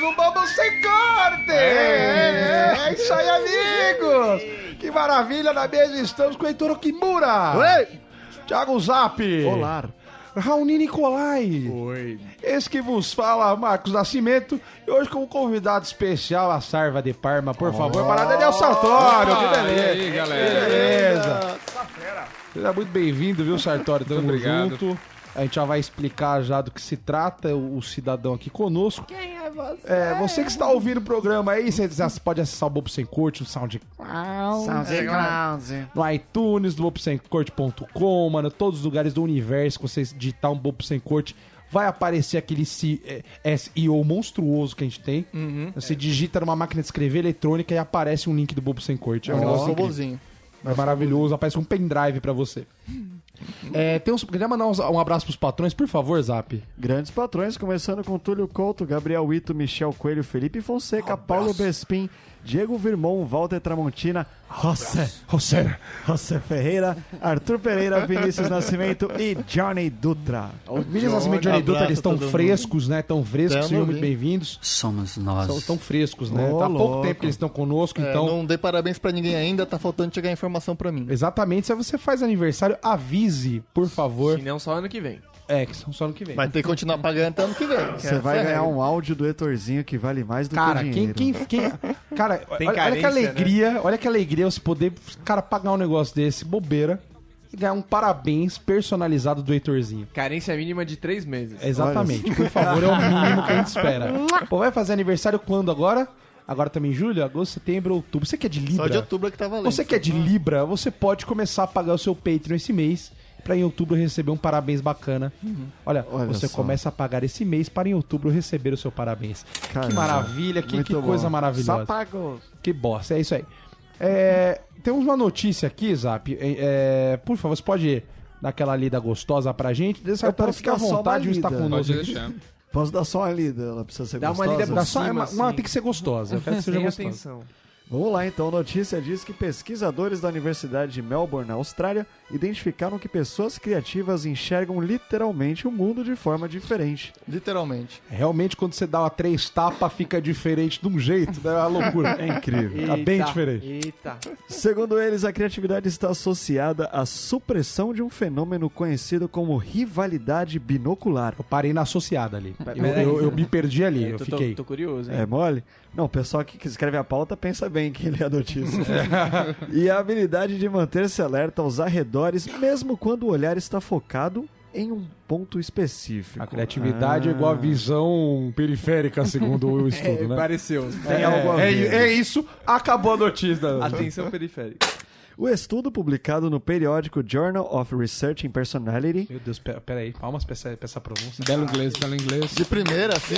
do Bobo Sem Corte! É isso aí, amigos! Que maravilha, na mesa estamos com o Heitor Kimura! Oi! Thiago Zap! Olá! Raoni Nicolai! Oi! Esse que vos fala, Marcos Nascimento, e hoje como convidado especial, a Sarva de Parma, por favor, para Daniel Sartório! Que beleza! E aí, galera? Que beleza! Seja muito bem-vindo, viu, Sartório? Tamo obrigado. junto. A gente já vai explicar já do que se trata, o cidadão aqui conosco. Quem é você? Você que está ouvindo o programa aí, você pode acessar o Bobo Sem Corte, no no iTunes, do bobosemcorte.com, mano, todos os lugares do universo que você digitar um Bobo Sem Corte, vai aparecer aquele SEO monstruoso que a gente tem. Você digita numa máquina de escrever eletrônica e aparece um link do Bobo Sem Corte. É um negócio incrível. É maravilhoso, aparece um pendrive pra você. Queria mandar um abraço pros patrões, por favor, Zap. Grandes patrões, começando com Túlio Couto, Gabriel Ito, Michel Coelho, Felipe Fonseca, Paulo Bespin, Diego Virmon, Walter Tramontina, José Ferreira, Arthur Pereira, Vinícius Nascimento e Johnny Dutra. O Vinícius Nascimento e Johnny Dutra, eles estão frescos, né? Estão frescos, sejam muito bem-vindos. Somos nós. Estão frescos, né? Tá há pouco tempo que eles estão conosco, então... Não dei parabéns pra ninguém ainda, tá faltando chegar a informação pra mim. Exatamente, se você faz aniversário, avise, por favor. Se não, só ano que vem. Que são só ano que vem. Vai ter que continuar pagando até ano que vem. Você vai ganhar um áudio do Heitorzinho que vale mais do que o dinheiro. Cara, olha que alegria, né? Olha que alegria você poder, cara, pagar um negócio desse, bobeira, e ganhar um parabéns personalizado do Heitorzinho. Carência mínima de 3 meses. Exatamente, por favor, é o mínimo que a gente espera. Pô, vai fazer aniversário quando agora? Agora também julho, agosto, setembro, outubro. Você que é de Libra? Só de outubro que tá valendo. Você que é de Libra, você pode começar a pagar o seu Patreon esse mês para em outubro receber um parabéns bacana. Olha você só. começa a pagar esse mês para em outubro receber o seu parabéns. Caramba, que maravilha, que muito coisa bom. maravilhosa. Só pagou. Que bosta, é isso aí. Temos uma notícia aqui, Zap. Por favor, você pode dar aquela lida gostosa pra gente? Sartório, fica à dar só vontade de uma estar lida. conosco. Pode deixar. Posso dar só uma lida? Ela precisa ser Dá uma gostosa? lida Dá só, cima, uma assim. tem que ser gostosa. Eu quero que seja Sem gostosa. atenção. Vamos lá então, a notícia diz que pesquisadores da Universidade de Melbourne, na Austrália, identificaram que pessoas criativas enxergam literalmente o mundo de forma diferente. Literalmente. Realmente, quando você dá uma 3 tapas, fica diferente de um jeito, né? É uma loucura. É incrível. Tá bem diferente. Eita. Segundo eles, a criatividade está associada à supressão de um fenômeno conhecido como rivalidade binocular. Eu parei na associada ali. Eu me perdi ali, eu fiquei. Tô curioso, hein? É mole? Não, o pessoal que escreve a pauta pensa bem que lê a notícia. E a habilidade de manter-se alerta aos arredores, mesmo quando o olhar está focado em um ponto específico. A criatividade é igual a visão periférica, segundo o estudo, né? Pareceu. Tem algo a ver. É isso, acabou a notícia. Atenção periférica. O estudo, publicado no periódico Journal of Research in Personality, Meu Deus, peraí, palmas pra essa pronúncia. Belo inglês. De primeira, assim?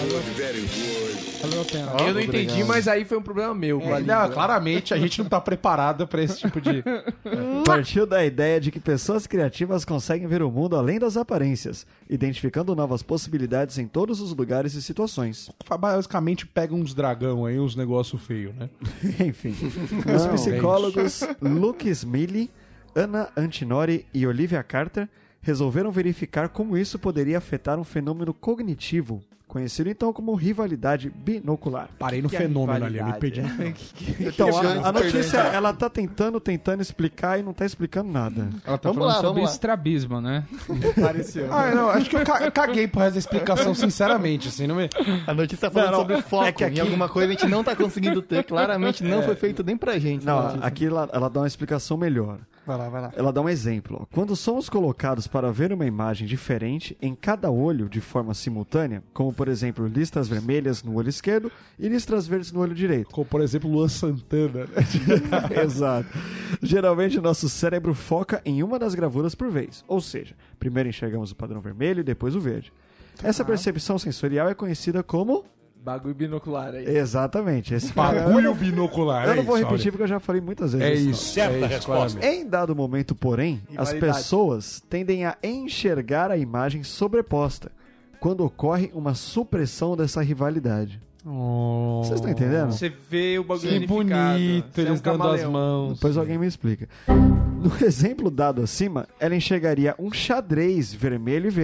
Valeu a pena. Eu não entendi, mas aí foi um problema meu. com a língua. Claramente a gente não tá preparado pra esse tipo de... partiu da ideia de que pessoas criativas conseguem ver o mundo além das aparências, identificando novas possibilidades em todos os lugares e situações. Basicamente pega uns dragão aí, uns negócios feios, né? Enfim, os psicólogos Luke Smiley, Anna Antinori e Olivia Carter resolveram verificar como isso poderia afetar um fenômeno cognitivo, conhecido então como rivalidade binocular. Parei no Que fenômeno ali, eu me rivalidade, perdi. Então, a notícia, ela tá tentando explicar e não tá explicando nada. Ela tá Vamos falando lá, sobre vamos lá. estrabismo, né? Pareceu. Não, acho que eu caguei pro resto da explicação, sinceramente, assim, não me... A notícia tá falando Não, sobre foco. é que aqui- Em alguma coisa a gente não tá conseguindo ter. Claramente não foi feito nem pra gente. essa Não, notícia. aqui ela dá uma explicação melhor. Vai lá. Ela dá um exemplo. Quando somos colocados para ver uma imagem diferente em cada olho de forma simultânea, como por exemplo listras vermelhas no olho esquerdo e listras verdes no olho direito. Como, por exemplo, Luan Santana. Exato. Geralmente o nosso cérebro foca em uma das gravuras por vez. Ou seja, primeiro enxergamos o padrão vermelho e depois o verde. Essa percepção sensorial é conhecida como... Bagulho binocular aí. Exatamente. Esse Bagulho binocular. Eu não vou isso, repetir olha. porque eu já falei muitas vezes. É essa isso. história. Certa resposta. Em dado momento, porém, as Rivalidade. pessoas tendem a enxergar a imagem sobreposta, quando ocorre uma supressão dessa rivalidade. Vocês estão entendendo? Você vê o bagulho Que unificado. bonito, Você é eles um dando as camaleão. mãos. Depois alguém me explica. No exemplo dado acima, ela enxergaria um xadrez vermelho e verde,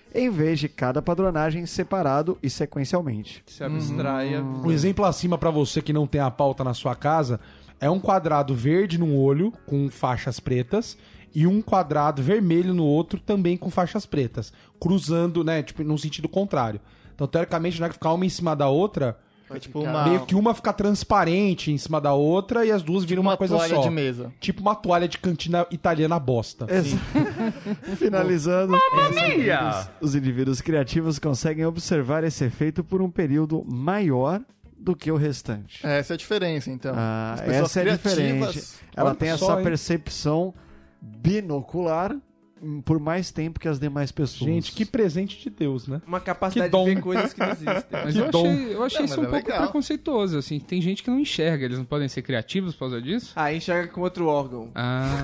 em vez de cada padronagem separado e sequencialmente. Se abstrai. Um exemplo acima pra você que não tem a pauta na sua casa é um quadrado verde num olho com faixas pretas e um quadrado vermelho no outro também com faixas pretas, cruzando, né, tipo, num sentido contrário. Então, teoricamente, não é que ficar uma em cima da outra, Foi tipo uma, meio que uma fica transparente em cima da outra e as duas viram uma coisa toalha só. de mesa. Tipo uma toalha de cantina italiana bosta. Finalizando, os indivíduos criativos conseguem observar esse efeito por um período maior do que o restante. Essa é a diferença, então. As pessoas Essa é criativas- diferente. Ela tem Olha só, essa hein? percepção binocular por mais tempo que as demais pessoas. Gente, que presente de Deus, né? Uma capacidade Que dom. de ver coisas que não existem. Mas Que eu dom. achei Não, isso mas um é pouco legal. preconceituoso, assim. Tem gente que não enxerga, eles não podem ser criativos por causa disso? Ah, enxerga com outro órgão. Ah,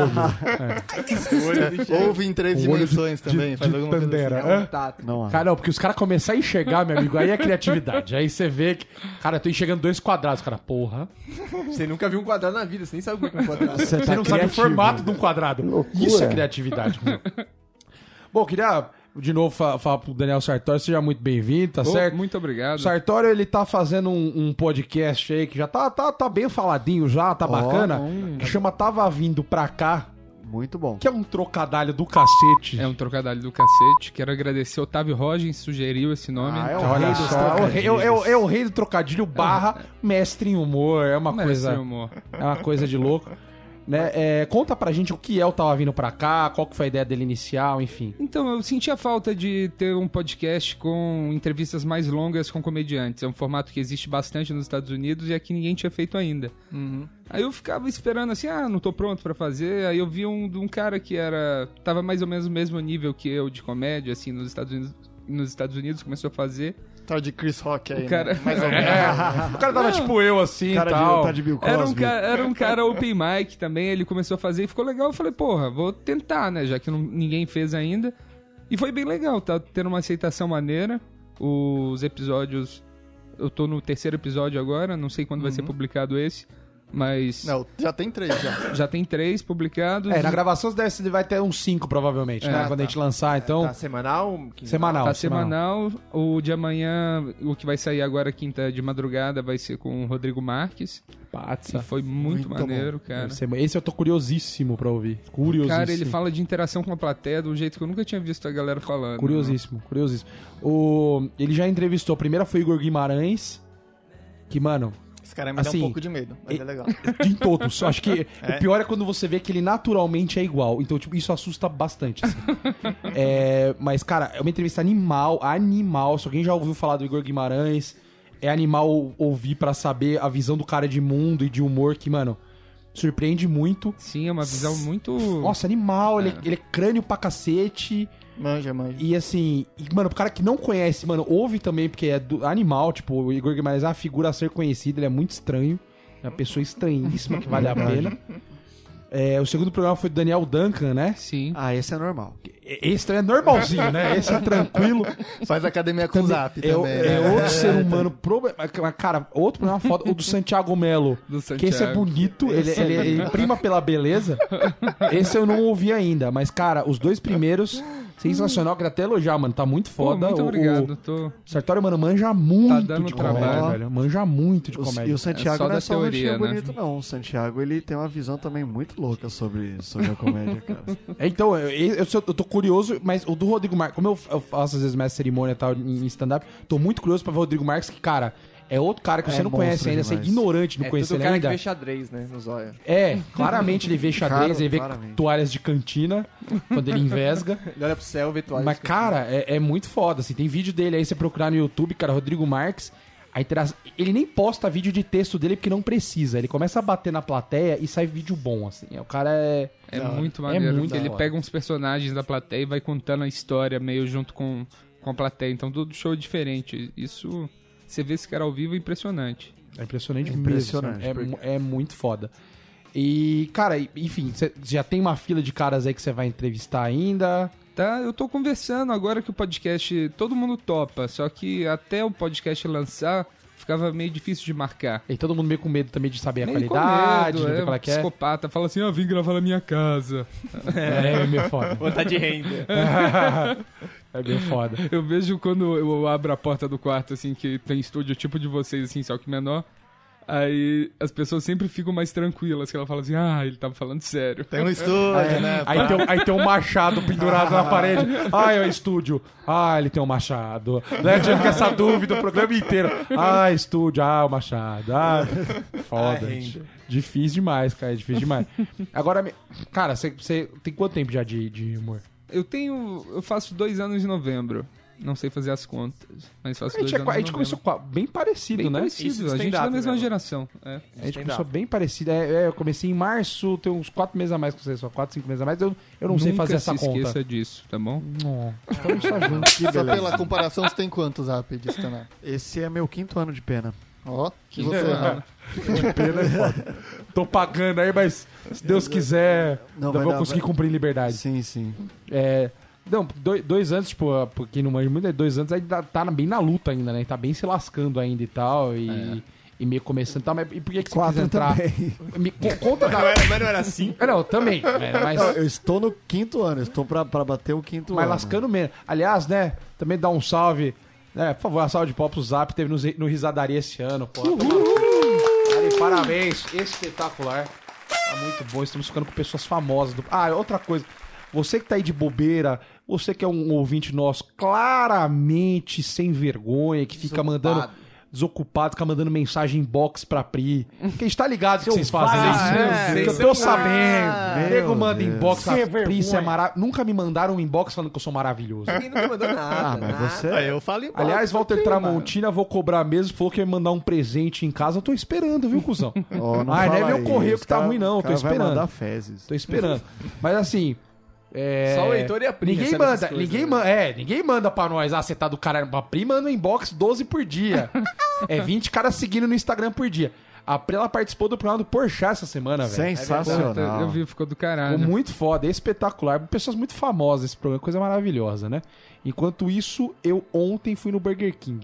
O olho não enxerga. Ouve em 3 Um olho dimensões também, faz alguma coisa Tandera. assim. É um tato. Não há. Cara, não, porque os caras começam a enxergar, meu amigo, aí é criatividade. Aí você vê que, cara, eu tô enxergando 2 quadrados, cara, porra. Você nunca viu um quadrado na vida, você nem sabe o que é um quadrado. Você Você tá não sabe o criativo. formato de um quadrado. Isso é criatividade. meu. Bom, queria de novo falar pro Daniel Sartório, seja muito bem-vindo, tá pô, certo? muito obrigado. O Sartório, ele tá fazendo um podcast aí que já tá bem faladinho já, tá bacana, que chama Tava Vindo Pra Cá, Muito bom. que é um trocadalho do cacete. É um trocadilho do cacete. Quero agradecer o Otávio Rogens, sugeriu esse nome. Ah, é o Olha rei dos só, é trocadilhos. o rei do trocadilho barra mestre em humor, é uma Mestre coisa... humor. É uma coisa de louco. Né? Conta pra gente o que é o Tava Vindo Pra Cá, qual que foi a ideia dele inicial, enfim. Então, eu senti a falta de ter um podcast com entrevistas mais longas com comediantes. É um formato que existe bastante nos Estados Unidos e aqui ninguém tinha feito ainda. Aí eu ficava esperando assim, não tô pronto pra fazer. Aí eu vi um cara que tava mais ou menos no mesmo nível que eu de comédia, assim, nos Estados Unidos começou a fazer. Tal de Chris Rock aí, O cara- né? Mais ou menos. O cara tava tipo eu, assim, Cara e tal. tá de Bill Era Cosby. era um cara open mic também, ele começou a fazer e ficou legal. Eu falei, porra, vou tentar, né? Já que ninguém fez ainda. E foi bem legal, tá tendo uma aceitação maneira. Os episódios... Eu tô no 3º episódio agora, não sei quando vai ser publicado esse. Mas Não, já tem 3 já. já tem 3 publicados. Na gravação vai ter uns 5, provavelmente, né? Quando a gente lançar, então... Tá semanal? Semanal. Tá semanal. O de amanhã, o que vai sair agora, quinta de madrugada, vai ser com o Rodrigo Marques. Patsa. E foi muito maneiro, cara. Esse eu tô curiosíssimo pra ouvir. Curiosíssimo. Cara, ele fala de interação com a plateia de um jeito que eu nunca tinha visto a galera falando. Curiosíssimo. Ele já entrevistou, a primeira foi o Igor Guimarães, que, mano... Esse cara me dá Assim, um pouco de medo, mas é legal. De todos. Acho que o pior é quando você vê que ele naturalmente é igual. Então, tipo, isso assusta bastante. Assim. Mas, cara, é uma entrevista animal. Se alguém já ouviu falar do Igor Guimarães, é animal ouvir pra saber a visão do cara de mundo e de humor que, mano, surpreende muito. Sim, é uma visão muito... Nossa, animal. Ele é crânio pra cacete. Manja. E assim, mano, pro cara que não conhece, mano, ouve também, porque é do animal, tipo, o Igor Guimarães é uma figura a ser conhecida, ele é muito estranho, é uma pessoa estranhíssima que vale a pena. O segundo programa foi do Daniel Duncan, né? Sim. Esse é normal. Esse é normalzinho, né? Esse é tranquilo. Faz academia com o Zap também. Outro ser humano. Cara, outro programa foda, o do Santiago Melo. Do Santiago. Que esse é bonito, ele prima pela beleza. Esse eu não ouvi ainda, mas, cara, os 2 primeiros, sensacional, queria até elogiar, mano. Tá muito Pô, foda. muito obrigado. O Sartório, mano, manja muito dando de trabalho. comédia, velho. Manja muito de comédia. E o Santiago É só não da é só um teoria, rostinho né? bonito, não. O Santiago, ele tem uma visão também muito louca sobre a comédia, cara. Então, eu tô curioso, mas o do Rodrigo Marques, como eu faço às vezes minha cerimônia e tal em stand-up, tô muito curioso pra ver o Rodrigo Marques, que, cara, é outro cara que você não conhece monstro ainda, você é demais. ignorante, não conhece tudo ele cara ainda. que vê xadrez, né, no zóio. Claramente ele vê xadrez, Claro, ele vê claramente. toalhas de cantina, quando ele envesga. Ele olha pro céu, vê toalha. Mas, cara, é muito foda, assim. Tem vídeo dele aí, você procurar no YouTube, cara, Rodrigo Marques. Ele nem posta vídeo de texto dele porque não precisa. Ele começa a bater na plateia e sai vídeo bom, assim. O cara é... É muito maneiro. muito ele da hora. pega uns personagens da plateia e vai contando a história meio junto com a plateia. Então, todo show é diferente. Isso, você vê esse cara ao vivo, é impressionante. É impressionante, Impressionante, mesmo. É muito foda. E, cara, enfim, você já tem uma fila de caras aí que você vai entrevistar ainda? Tá, eu tô conversando agora que o podcast todo mundo topa, só que até o podcast lançar ficava meio difícil de marcar. E todo mundo meio com medo também de saber a Meio qualidade, com de ver medo, qual é que é. psicopata, fala assim, vim gravar na minha casa. É meio foda. Vontade de render. É meio foda. Eu vejo quando eu abro a porta do quarto, assim, que tem estúdio tipo de vocês, assim, só que menor. Aí as pessoas sempre ficam mais tranquilas, que ela fala assim, ele tava falando sério. Tem um estúdio, né? Aí tem um machado pendurado na parede. É o estúdio. Ele tem um machado. Né? Tinha que essa dúvida o programa inteiro. Estúdio. O machado. Foda. Difícil demais, cara. Difícil demais. Agora, cara, você tem quanto tempo já de humor? Eu faço 2 anos em novembro. Não sei fazer as contas, mas faço 2 anos. A gente começou bem parecido, bem né? parecido. A gente é da mesma geração. A gente começou bem parecido. Eu comecei em março, tem uns 4 meses a mais que você, só 4, 5 meses a mais. Eu não sei fazer essa conta. Nunca se esqueça disso, tá bom? Não. Então a gente tá junto. Só pela comparação, você tem quantos Zap de stand-up? Esse é meu 5º ano de pena. Ó, que você... De pena é foda. Tô pagando aí, mas se Deus quiser, eu vou conseguir cumprir liberdade. Sim. Não, 2 anos, tipo, pra quem não manja muito, 2 anos aí tá bem na luta ainda, né? Tá bem se lascando ainda e tal, e meio começando e tal. Mas e por que você quis entrar? Conta da... Mas não era assim? Não, também. Mas... Não, eu estou no 5º ano, eu estou pra bater o 5º ano. Mas lascando menos. Aliás, né, também dá um salve, né, por favor, a salve de pau pro Zap, teve no Risadaria esse ano, pô. Parabéns, espetacular. Tá muito bom, estamos ficando com pessoas famosas. Outra coisa. Você que tá aí de bobeira, você que é um ouvinte nosso claramente sem vergonha, que fica mandando... Desocupado, fica mandando mensagem inbox pra Pri. Porque a gente tá ligado que vocês fazem isso. Eu tô sabendo. Nego manda inbox pra Pri, isso é maravilhoso. Nunca me mandaram um inbox falando que eu sou maravilhoso. Ninguém nunca mandou nada. Mas você... eu falo inbox. Aliás, Walter Tramontina, vou cobrar mesmo. Falou que ia mandar um presente em casa. Eu tô esperando, viu, cuzão? Não é meu correio que tá ruim, não. Tô esperando. Vai mandar fezes. Tô esperando. Mas assim... Só o Heitor e a Pri. Ninguém manda pra nós. Você tá do caralho. A Pri manda um inbox 12 por dia. 20 caras seguindo no Instagram por dia. A Pri, ela participou do programa do Porchat essa semana, velho. Sensacional. Eu vi, ficou do caralho. Ficou muito foda, é espetacular. Pessoas muito famosas esse programa, coisa maravilhosa, né? Enquanto isso, eu ontem fui no Burger King.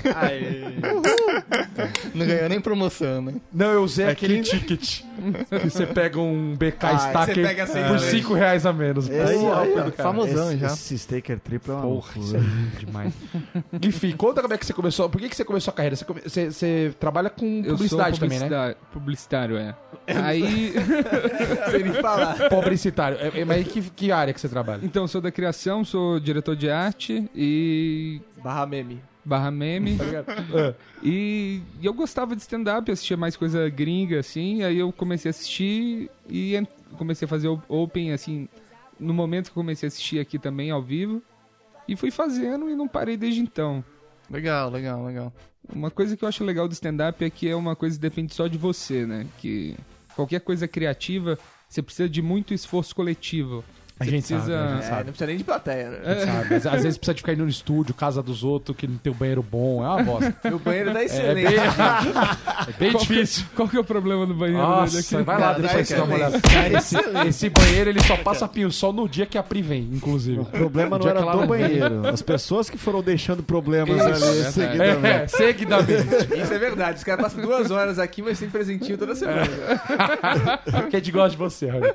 Não ganhou nem promoção, né? Não, eu usei aquele ticket. Que você pega um BK Stacker por R$5 a menos. Famosão já. Esse Staker triplo é uma Porra, isso é lindo demais. Enfim, conta como é que você começou. Por que você começou a carreira? Você trabalha com publicidade também, né? Publicitário, Aí... Sem nem falar. Publicitário. Mas que área que você trabalha? Então, sou da criação, sou diretor de arte e... Barra meme. Tá ligado? E eu gostava de stand-up, assistia mais coisa gringa, assim. Aí eu comecei a assistir e comecei a fazer open, assim, no momento que eu comecei a assistir aqui também, ao vivo. E fui fazendo e não parei desde então. Legal. Uma coisa que eu acho legal do stand-up é que é uma coisa que depende só de você, né? Que qualquer coisa criativa, você precisa de muito esforço coletivo. A gente sabe. Não precisa nem de plateia, né? Sabe. Às vezes precisa de ficar indo no estúdio, casa dos outros, que não tem um banheiro bom. É uma bosta. Meu banheiro tá excelente. É bem difícil. Qual que é o problema do banheiro? Nossa, vai lá, deixa eu dar uma olhada. Esse banheiro, ele só passa pinho-sol no dia que a Pri vem, inclusive. O problema não era do banheiro. As pessoas que foram deixando problemas ali seguidamente. Seguidamente. Isso é verdade. Os caras passam 2 horas aqui, mas tem presentinho toda semana. Que a gente gosta de você, Rony.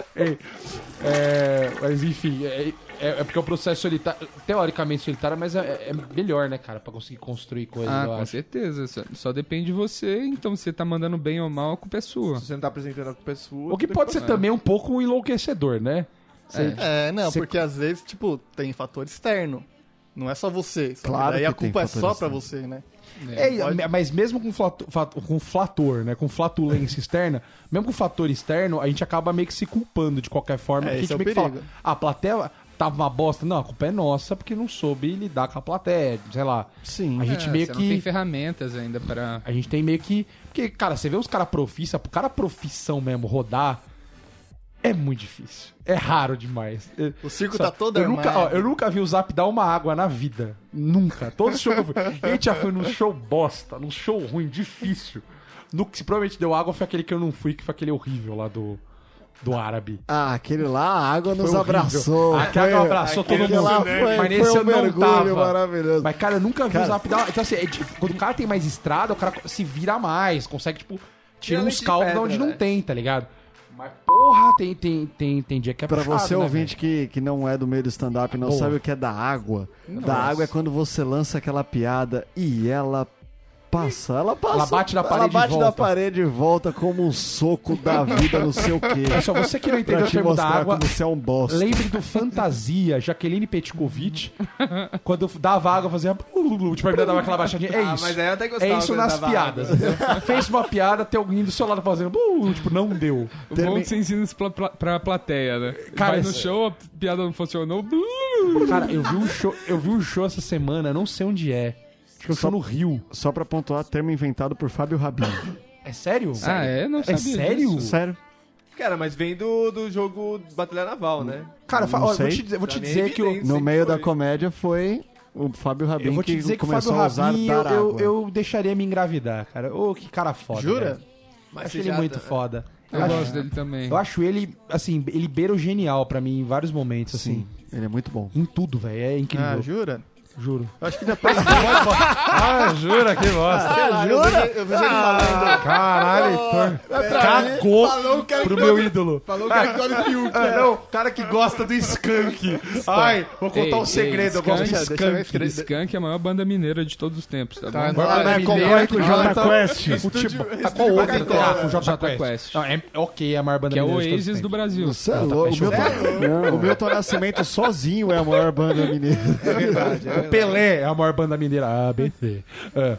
Mas enfim, é porque é um processo solitário, teoricamente solitário, mas é melhor, né, cara, pra conseguir construir coisas, eu com acho. certeza. Só depende de você, então se você tá mandando bem ou mal, a culpa é sua. Se você não tá apresentando a culpa é sua. O que pode ser também um pouco enlouquecedor, né? Porque às vezes, tipo, tem fator externo. Não é só você. Claro daí que a culpa é tem só fator pra você, né? Mas mesmo com flator, né, com flatulência externa, mesmo com fator externo, a gente acaba meio que se culpando de qualquer forma. Porque a gente meio que fala, a plateia tava uma bosta. Não, a culpa é nossa porque não soube lidar com a plateia, sei lá. Sim. A gente meio você que... não tem ferramentas ainda pra... A gente tem meio que... Porque, cara, você vê os caras profissa, pro cara profissão mesmo rodar, é muito difícil. É raro demais. O circo tá todo armado. Eu nunca vi o Zap dar uma água na vida. Nunca. Todo show que eu fui. A gente já foi num show bosta, num show ruim, difícil. No que provavelmente deu água foi aquele que eu não fui, que foi aquele horrível lá do do árabe. Ah, aquele lá, a água nos Foi horrível. abraçou. Aquele abraçou todo Aquele lá mundo. foi, Mas nesse foi um eu não mergulho tava. maravilhoso. Mas, cara, eu nunca vi Cara. o Zap dar. Então, assim, quando o cara tem mais estrada, o cara se vira mais, consegue, tipo, tirar uns leite de caldos de pedra, onde não né? tem, tá ligado? Mas, porra, tem dia que é Pra puxado, você, né, ouvinte, que não é do meio do stand-up e não Boa. sabe o que é da água. Da água é quando você lança aquela piada e ela passa. Ela bate na parede Ela bate e volta. na parede e volta como um soco da vida no seu queixo. Pessoal, você que não entendeu Pra o te termo da mostrar água, como você é um bosta. lembre do Fantasia, Jaqueline Petkovic, quando dava água, fazia... Tipo, a menina dava aquela baixadinha. É isso. Mas aí eu até gostava É isso quando nas dava piadas. água. Entendeu? Fez uma piada, tem alguém do seu lado fazendo... tipo, não deu. O bom é que você ensina isso pra plateia, né? Cara, Vai no esse- show, a piada não funcionou. Cara, eu vi um show essa semana, não sei onde é. Acho que eu show no Rio. Só pra pontuar, termo inventado por Fábio Rabin. É sério? Ah, é? Não sabia sério? disso. Sério? Cara, mas vem do jogo Batalha Naval, né? Cara, Não olha, sei. vou te Pra mim é dizer que evidente. No Sempre meio foi. da comédia foi o Fábio Rabin eu vou te que dizer que o começou Fábio a usar Rabin dar água. eu deixaria me engravidar, cara. Ô, que cara foda. Jura? velho. Mas Acho você ele já- muito foda. Eu acho- gosto dele também. Eu acho ele, assim, ele beira o genial pra mim em vários momentos, assim. Sim, ele é muito bom. Em tudo, velho. É incrível. Ah, jura? Juro. Eu acho que depois... Ah, jura que bosta. Eu vejo ele falando... Caralho, Heitor. Cagou pro meu ídolo. Falou que agora o Fiuk. Não, o cara que gosta do Skunk. Ai, vou contar um segredo. Eu gosto de Skunk, deixa eu ver Skunk. esse- Skank é a maior banda mineira de todos os tempos, tá, Tá, bom? não, né, Mineiro, concorre com o Jota Jota. Quest. O tipo, qual outra então? Ah, com o Jota Jota Quest. Quest. Não, é ok, é a maior banda Que é o mineira de todos os Oasis do tempos. Brasil. Você é louco. O Milton Nascimento sozinho é a maior banda mineira. O Pelé é a maior banda mineira. ABC. É.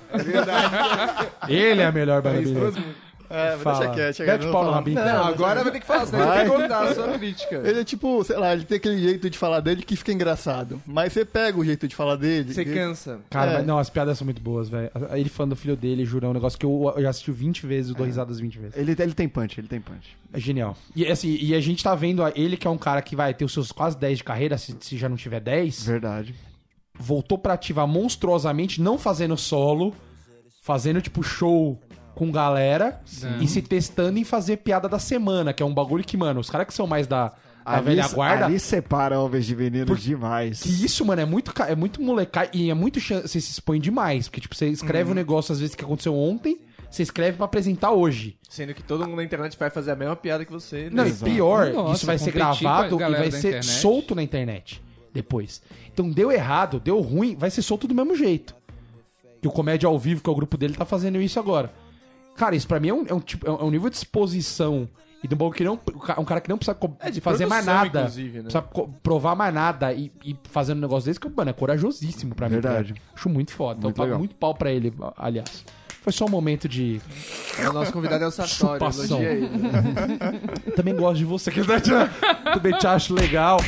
Ele é a melhor banda mineira. É, Fala. deixa quieto, chega, Mete não o pau vou no falar. rabinho. Não, agora vai ter que falar, senão Vai. tem que contar a sua crítica. Ele é tipo, sei lá, ele tem aquele jeito de falar dele que fica engraçado. Mas você pega o jeito de falar dele... Você e- cansa. Cara, É. mas não, as piadas são muito boas, velho. Ele falando do filho dele, juro, é um negócio que eu já assisti 20 vezes, eu dou risadas 20 vezes. Ele tem punch, ele tem punch. É genial. E assim, e a gente tá vendo ele, que é um cara que vai ter os seus quase 10 de carreira, se já não tiver 10, Verdade. voltou pra ativar monstruosamente, não fazendo solo, fazendo tipo show com galera e se testando em fazer piada da semana, que é um bagulho que, mano, os caras que são mais da velha guarda. Ali separa homens de meninos demais. Que isso, mano, é muito molecada e é muito você se expõe demais. Porque, tipo, você escreve um negócio, às vezes, que aconteceu ontem, você escreve pra apresentar hoje. Sendo que todo mundo na internet vai fazer a mesma piada que você. Não, e Exato. pior, Nossa, isso vai ser competir com a gravado e galera vai da ser internet. solto na internet depois. Então deu errado, deu ruim, vai ser solto do mesmo jeito. Que o Comédia ao Vivo, que é o grupo dele, tá fazendo isso agora. Cara, isso pra mim é um nível de exposição e do bom que não, um cara que não precisa de fazer mais produção, nada, inclusive, né? precisa provar mais nada e fazendo um negócio desse que, mano, é corajosíssimo pra mim. Verdade. Cara. Acho muito foda. Então Muito eu pago legal. muito pau pra ele, aliás. Foi só um momento de... O nosso convidado é o Sartori, Chupação. elogia ele. Também gosto de você, que também te acho legal.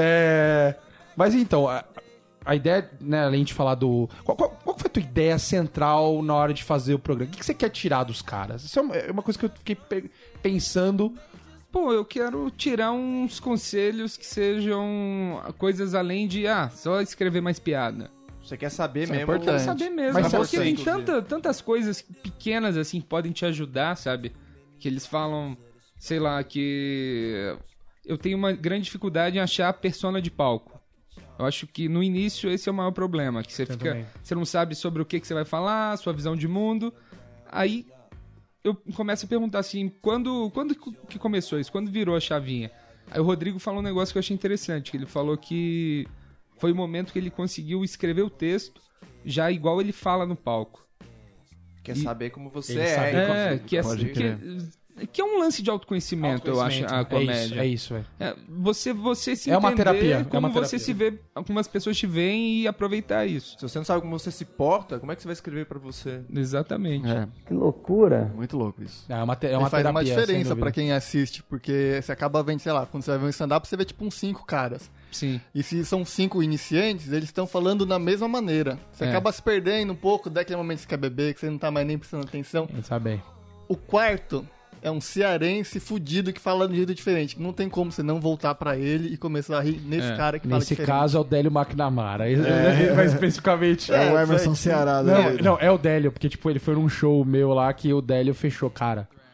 Mas então, a ideia, né, além de falar do... Qual foi a tua ideia central na hora de fazer o programa? O que você quer tirar dos caras? Isso é uma coisa que eu fiquei pensando... Pô, eu quero tirar uns conselhos que sejam coisas além de, só escrever mais piada. Você quer saber Isso é mesmo. Eu quero importante. saber mesmo, Mas porque tem inclusive. tantas coisas pequenas assim que podem te ajudar, sabe? Que eles falam, sei lá, que eu tenho uma grande dificuldade em achar a persona de palco. Eu acho que no início esse é o maior problema, que você também. você não sabe sobre o que você vai falar, sua visão de mundo. Aí eu começo a perguntar assim, quando que começou isso? Quando virou a chavinha? Aí o Rodrigo falou um negócio que eu achei interessante, que ele falou que foi o momento que ele conseguiu escrever o texto já igual ele fala no palco. Quer saber como você Ele é. sabe inclusive. Que é um lance de autoconhecimento, eu acho, a comédia. É isso, velho. Você se É uma entender terapia, é como uma você terapia. se vê, como as pessoas te veem e aproveitar isso. Se você não sabe como você se porta, como é que você vai escrever pra você? Exatamente. Que loucura. Muito louco isso. É uma E terapia, faz uma sem diferença dúvida. pra quem assiste, porque você acaba vendo, sei lá, quando você vai ver um stand-up, você vê tipo uns 5 caras. Sim. E se são 5 iniciantes, eles estão falando da mesma maneira. Você É. acaba se perdendo um pouco daquele momento que você quer beber, que você não tá mais nem prestando atenção. Ele sabe bem. O quarto é um cearense fudido que fala de um jeito diferente. Não tem como você não voltar pra ele e começar a rir nesse cara que fala Nesse diferente. caso é o Délio McNamara. Mais especificamente. É o Emerson foi- Ceará. Não, né? não, é o Délio, porque tipo, ele foi num show meu lá que o Délio fechou, cara.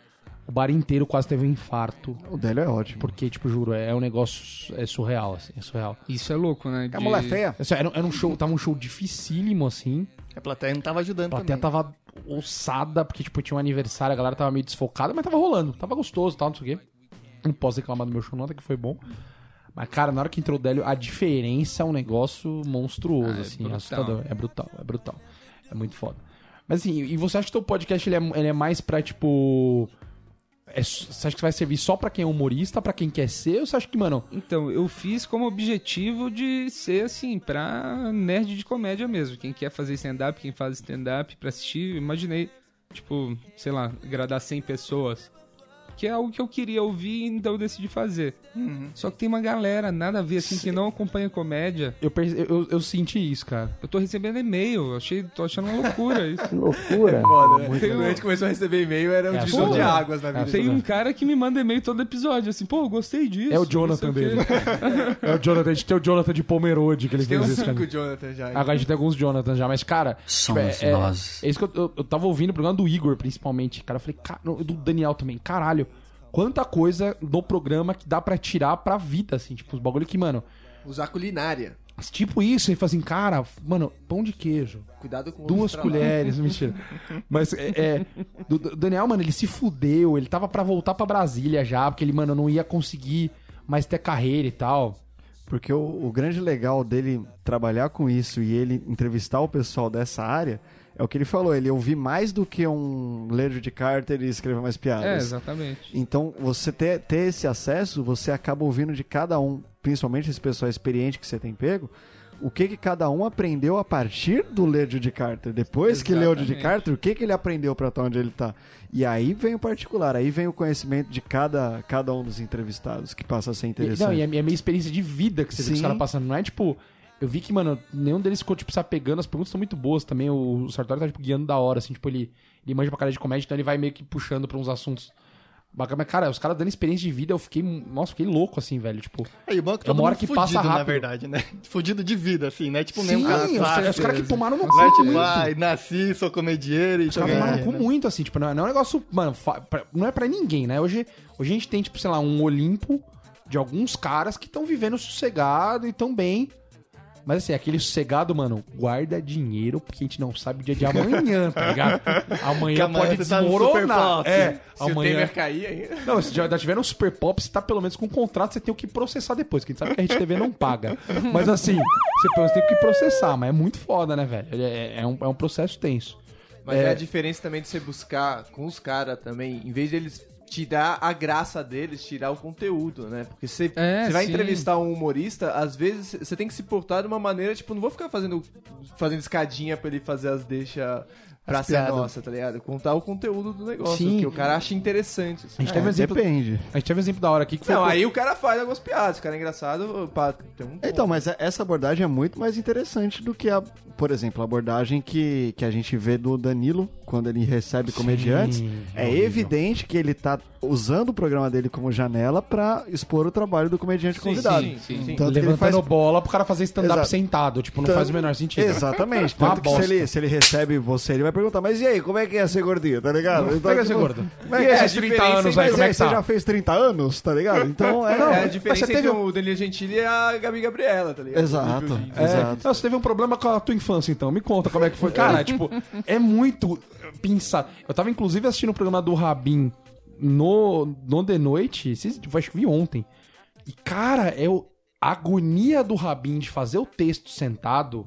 O bar inteiro quase teve um infarto. O Délio é ótimo. Porque, tipo, juro, é um negócio surreal, assim, é surreal. Isso é louco, né? A mulher feia. Assim, era um show, tava um show dificílimo, assim. A plateia não tava ajudando A plateia também. tava ossada, porque, tipo, tinha um aniversário, a galera tava meio desfocada, mas tava rolando, tava gostoso e tal, não sei o quê. Não posso reclamar do meu show, não, até que foi bom. Mas, cara, na hora que entrou o Délio, a diferença é um negócio monstruoso, assim, brutal. assustador. É brutal. É muito foda. Mas, assim, e você acha que o teu podcast, ele é mais pra, tipo... você acha que vai servir só pra quem é humorista, pra quem quer ser? Ou você acha que, mano... Então, eu fiz como objetivo de ser, assim, pra nerd de comédia mesmo. Quem quer fazer stand-up, quem faz stand-up pra assistir, eu imaginei, tipo, sei lá, agradar 100 pessoas. Que é algo que eu queria ouvir, então eu decidi fazer. Só que tem uma galera, nada a ver, assim, que não acompanha comédia. Eu senti isso, cara. Eu tô recebendo e-mail, tô achando uma loucura isso. Loucura. Foda, né? Tem Quando a gente começou a receber e-mail, era um É, divisor pô, de águas na vida. Tem um cara que me manda e-mail todo episódio, assim, pô, eu gostei disso. É o Jonathan não sei o dele. quê. É o Jonathan, a gente tem o Jonathan de Pomerode, que ele Tem fez uns isso, 5 cara. Jonathan já. Agora a gente tem alguns Jonathan já, mas, cara... Somos é nós. isso que eu tava ouvindo o programa do Igor, principalmente. Cara, eu falei, do Daniel também, caralho. Quanta coisa do programa que dá pra tirar pra vida, assim. Tipo, os bagulho que, mano... Usar culinária. Tipo isso, ele fala assim, cara, mano, pão de queijo. Cuidado com o 2 colheres, mentira. Mas do Daniel, mano, ele se fudeu, ele tava pra voltar pra Brasília já, porque ele, mano, não ia conseguir mais ter carreira e tal. Porque o grande legal dele trabalhar com isso e ele entrevistar o pessoal dessa área é o que ele falou. Ele ouvir mais do que um ler de Carter e escrever mais piadas. É, exatamente. Então, você ter esse acesso, você acaba ouvindo de cada um, principalmente esse pessoal experiente que você tem pego, o que cada um aprendeu a partir do ler de Carter. Depois que leu de Carter, o que ele aprendeu pra estar onde ele tá. E aí vem o particular, aí vem o conhecimento de cada um dos entrevistados, que passa a ser interessante. E a minha experiência de vida que você vê que os caras passando. Não é tipo... Eu vi que, mano, nenhum deles ficou, tipo, se apegando. As perguntas são muito boas também. O Sartori tá, tipo, guiando da hora, assim. Tipo, ele manja pra cara de comédia, então ele vai meio que puxando pra uns assuntos bacana. Mas, cara, os caras dando experiência de vida, eu fiquei... Nossa, fiquei louco, assim, velho. Tipo... E o banco é todo uma hora mundo que fudido, passa rápido. na verdade, né? Fudido de vida, assim, né? Tipo, nem Sim, um cara fácil. os caras que tomaram no Não é cu tipo, muito. ai, nasci, sou comediante e Os caras também, tomaram no cu né? muito, assim. Tipo, não é um negócio... Mano, não é pra ninguém, né? Hoje a gente tem, tipo, sei lá, um Olimpo de alguns caras que estão vivendo sossegado e tão bem... Mas assim, aquele sossegado, mano, guarda dinheiro, porque a gente não sabe o dia de amanhã, tá ligado? Amanhã pode você tá no Super desmoronar. Pop. É, Se o amanhã... Temer cair aí... Não, se já tiver no Super Pop, você tá pelo menos com um contrato, você tem o que processar depois, que a gente sabe que a Rede TV não paga. Mas assim, você pelo menos tem o que processar, mas é muito foda, né, velho? É um processo tenso. Mas é a diferença também de você buscar com os caras também, em vez deles tirar a graça deles, tirar o conteúdo, né? Porque você vai sim. entrevistar um humorista, às vezes você tem que se portar de uma maneira, tipo, não vou ficar fazendo escadinha pra ele fazer as deixas pra ser nossa, tá ligado? Contar o conteúdo do negócio, Sim. que o cara acha interessante. Assim. A gente teve um exemplo, Depende. a gente teve um exemplo da hora aqui que foi... Não, aí o cara faz algumas piadas, o cara é engraçado, pá, tem um... Então, mas essa abordagem é muito mais interessante do que por exemplo, a abordagem que a gente vê do Danilo quando ele recebe comediantes. É horrível. evidente que ele tá usando o programa dele como janela pra expor o trabalho do comediante convidado. sim. Tanto que ele levantando faz bola pro cara fazer stand-up Exato. sentado. Tipo, não Tanto- faz o menor sentido. Exatamente. Uma Tanto que bosta. se ele recebe você, ele vai perguntar, mas e aí, como é que é ser gordinho, tá ligado? Então, Como é que é ser tipo, gordo? como é E que é? esses 30 anos aí, Mas como é aí, que você tá? já fez 30 anos, tá ligado? Então, É a mas diferença você teve entre o Danilo Gentili e a Gabi Gabriela, tá ligado? Exato. É, Exato. não, você teve um problema com a tua infância, então. Me conta como é que foi. Cara, tipo, é muito pensado. Eu tava, inclusive, assistindo o programa do Rabin no The Noite, acho que vi ontem. E, cara, a agonia do Rabin de fazer o texto sentado...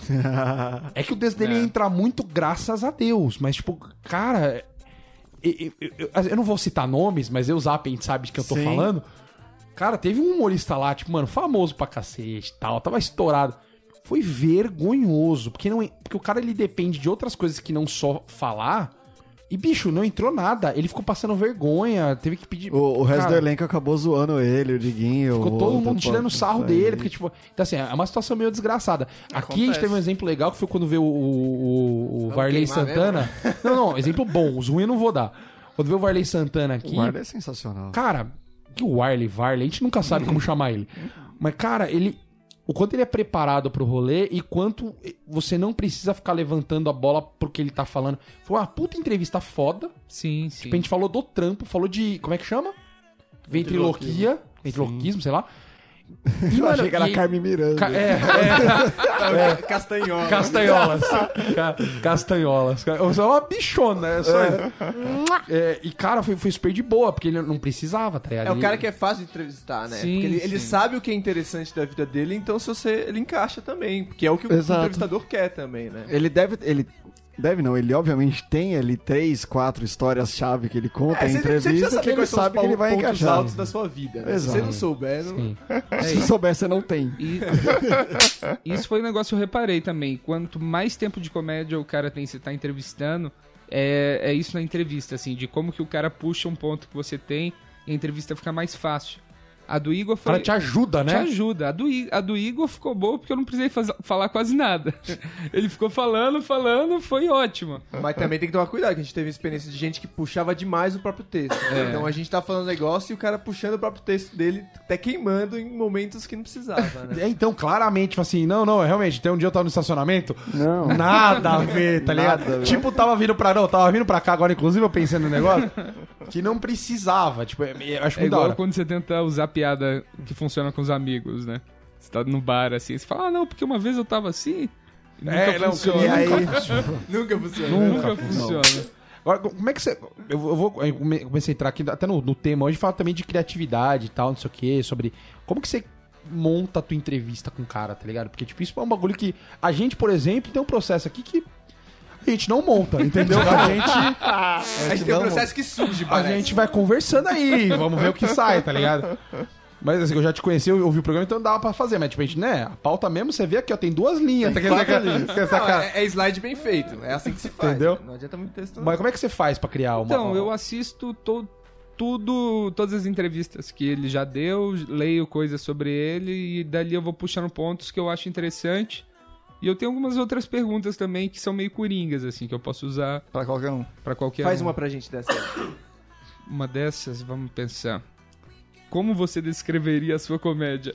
É que o texto dele entra muito graças a Deus. Mas, tipo, cara... Eu não vou citar nomes, mas eu Zap, a gente sabe de que eu tô Sim. falando. Cara, teve um humorista lá, tipo, mano, famoso pra cacete e tal, tava estourado. Foi vergonhoso, porque o cara, ele depende de outras coisas que não só falar. E, bicho, não entrou nada. Ele ficou passando vergonha, teve que pedir... O resto Cara, do elenco acabou zoando ele, o Diguinho. ficou todo mundo tirando sarro Foi. dele, porque, tipo... Então, assim, é uma situação meio desgraçada. Aqui a gente teve um exemplo legal, que foi quando veio o Varley queimar Santana. Não, exemplo bom, os ruins eu não vou dar. Quando veio o Varley Santana aqui... O Warley é sensacional. Cara, que o Varley, a gente nunca sabe como chamar ele. Mas, cara, ele o quanto ele é preparado pro rolê e quanto você não precisa ficar levantando a bola pro que ele tá falando. Foi uma puta entrevista foda. Sim, sim. Tipo, a gente falou do trampo, falou de... Como é que chama? Ventriloquismo, sei lá. E, Eu achei que era Carmen Miranda. Castanhola. Castanholas. É uma bichona, é só isso. E, cara, foi super de boa, porque ele não precisava, tá ligado? É o cara que é fácil de entrevistar, né? Sim, porque ele sabe o que é interessante da vida dele, então se ele encaixa também. Porque é o que o entrevistador quer também, né? Ele obviamente tem ali 3, 4 histórias-chave que ele conta em entrevista que ele sabe que ele vai encaixar. Altos da sua vida, né? Se você não souber, se souber, você não tem. Isso foi um negócio que eu reparei também. Quanto mais tempo de comédia o cara tem, você tá entrevistando, é isso na entrevista, assim, de como que o cara puxa um ponto que você tem e a entrevista fica mais fácil. A do Igor foi... Ela te ajuda, né? Te ajuda. A do Igor ficou boa porque eu não precisei falar quase nada. Ele ficou falando, foi ótimo. Mas também tem que tomar cuidado, que a gente teve experiência de gente que puxava demais o próprio texto. Né? Então a gente tá falando negócio e o cara puxando o próprio texto dele, até queimando em momentos que não precisava, né? Então, claramente, tipo assim, não, realmente, tem um dia eu tava no estacionamento, Não. nada a ver, tá ligado? Tipo, tava vindo pra cá agora, inclusive, eu pensando no negócio, que não precisava, tipo, eu acho muito da igual hora. Quando você tenta usar piada que funciona com os amigos, né? Você tá no bar, assim, você fala, não, porque uma vez eu tava assim, e nunca funciona. E aí, Nunca funciona. Nunca funciona. Agora, como é que você... Eu comecei a entrar aqui até no tema hoje, falar também de criatividade e tal, não sei o que, sobre... Como que você monta a tua entrevista com o cara, tá ligado? Porque, tipo, isso é um bagulho que... A gente, por exemplo, tem um processo aqui que a gente não monta, entendeu? A gente tem um processo que surge, parece. A gente vai conversando aí, vamos ver o que sai, tá ligado? Mas assim, eu já te conheci, eu ouvi o programa, então dava pra fazer. Mas tipo, a gente, né, a pauta mesmo, você vê aqui, ó, tem 2 linhas. Tem 4 linhas. É slide bem feito, é assim que se faz. Entendeu? Não adianta muito texto. Mas como é que você faz pra criar uma... Então, eu assisto todas as entrevistas que ele já deu, leio coisas sobre ele e dali eu vou puxando pontos que eu acho interessante. E eu tenho algumas outras perguntas também que são meio coringas, assim, que eu posso usar Pra qualquer um. pra qualquer Faz um. uma pra gente dessa. Uma dessas, vamos pensar. Como você descreveria a sua comédia?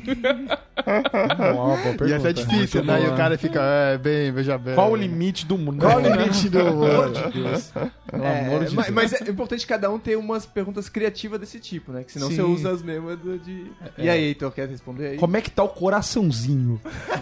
Boa pergunta. E essa é difícil, Muito né? boa. E o cara fica, veja bem. Qual o limite do mundo? qual o limite do humor? Pelo amor de Deus. Mas é importante cada um ter umas perguntas criativas desse tipo, né? Que senão Sim. você usa as mesmas de... E aí, Heitor, quer responder aí? Como é que tá o coraçãozinho?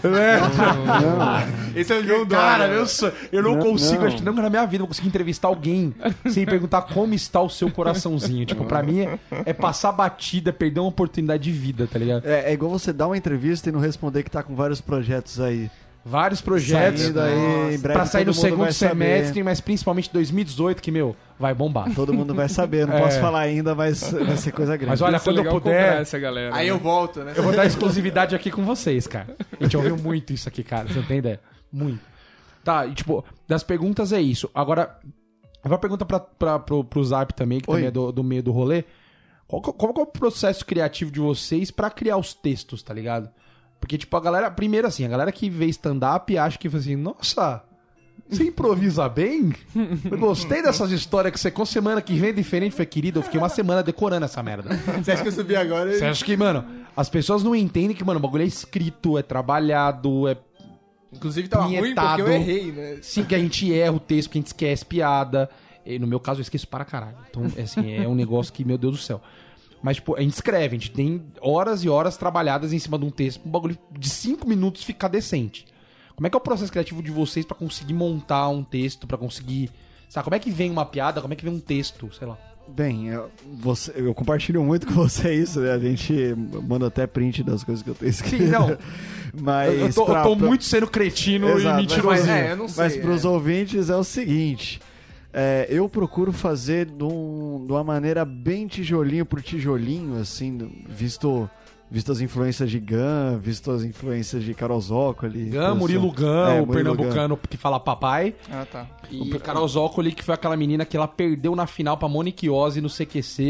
Esse é o João Cara, Dória. eu não consigo, não. acho que nunca na minha vida eu consegui entrevistar alguém sem perguntar como está o seu coraçãozinho. Tipo, pra mim é passar batida, perder uma oportunidade de vida, tá ligado? É igual você dar uma entrevista e não responder que tá com vários projetos aí. Vários projetos Saindo aí, em breve pra sair no todo mundo segundo vai semestre, saber. mas principalmente 2018, que, meu, vai bombar. Todo mundo vai saber, não posso falar ainda, mas vai ser coisa grande. Mas olha, Ia ser quando eu legal comprar puder, essa galera. Aí né? eu volto, né? eu vou dar exclusividade aqui com vocês, cara. A gente ouviu muito isso aqui, cara. Você não tem ideia? Muito. Tá, e tipo, das perguntas é isso. Agora, uma pergunta pro Zap também, que também é do meio do rolê. Qual que é o processo criativo de vocês pra criar os textos, tá ligado? Porque, tipo, a galera... Primeiro, assim, a galera que vê stand-up acha que, assim, nossa... Você improvisa bem? Eu gostei dessas histórias que você com semana que vem é diferente. Foi, querido, eu fiquei uma semana decorando essa merda. Você acha que eu subi agora? Você acha que, mano, as pessoas não entendem que, mano, o bagulho é escrito, é trabalhado, é... Inclusive tava ruim Punhetado. porque eu errei, né? Sim, que a gente erra o texto, que a gente esquece piada. E no meu caso, eu esqueço para caralho. Então, assim, é um negócio que, meu Deus do céu. Mas, tipo, a gente escreve, a gente tem horas e horas trabalhadas em cima de um texto, um bagulho de 5 minutos ficar decente. Como é que é o processo criativo de vocês pra conseguir montar um texto, pra conseguir... Sabe, como é que vem uma piada, como é que vem um texto, sei lá. Bem, eu compartilho muito com você isso, né? A gente manda até print das coisas que eu tenho escrito. Sim, não. Mas Eu tô muito sendo cretino Exato, e mentirosinho. eu não sei. Mas pros ouvintes é o seguinte... eu procuro fazer de uma maneira bem tijolinho por tijolinho, assim, visto as influências de Gun, visto as influências de Carol Zócoli. Gun, Murilo Gun, o Murilo pernambucano que fala papai. Ah, tá. E Carol Zócoli, que foi aquela menina que ela perdeu na final pra Monique Ozzy no CQC,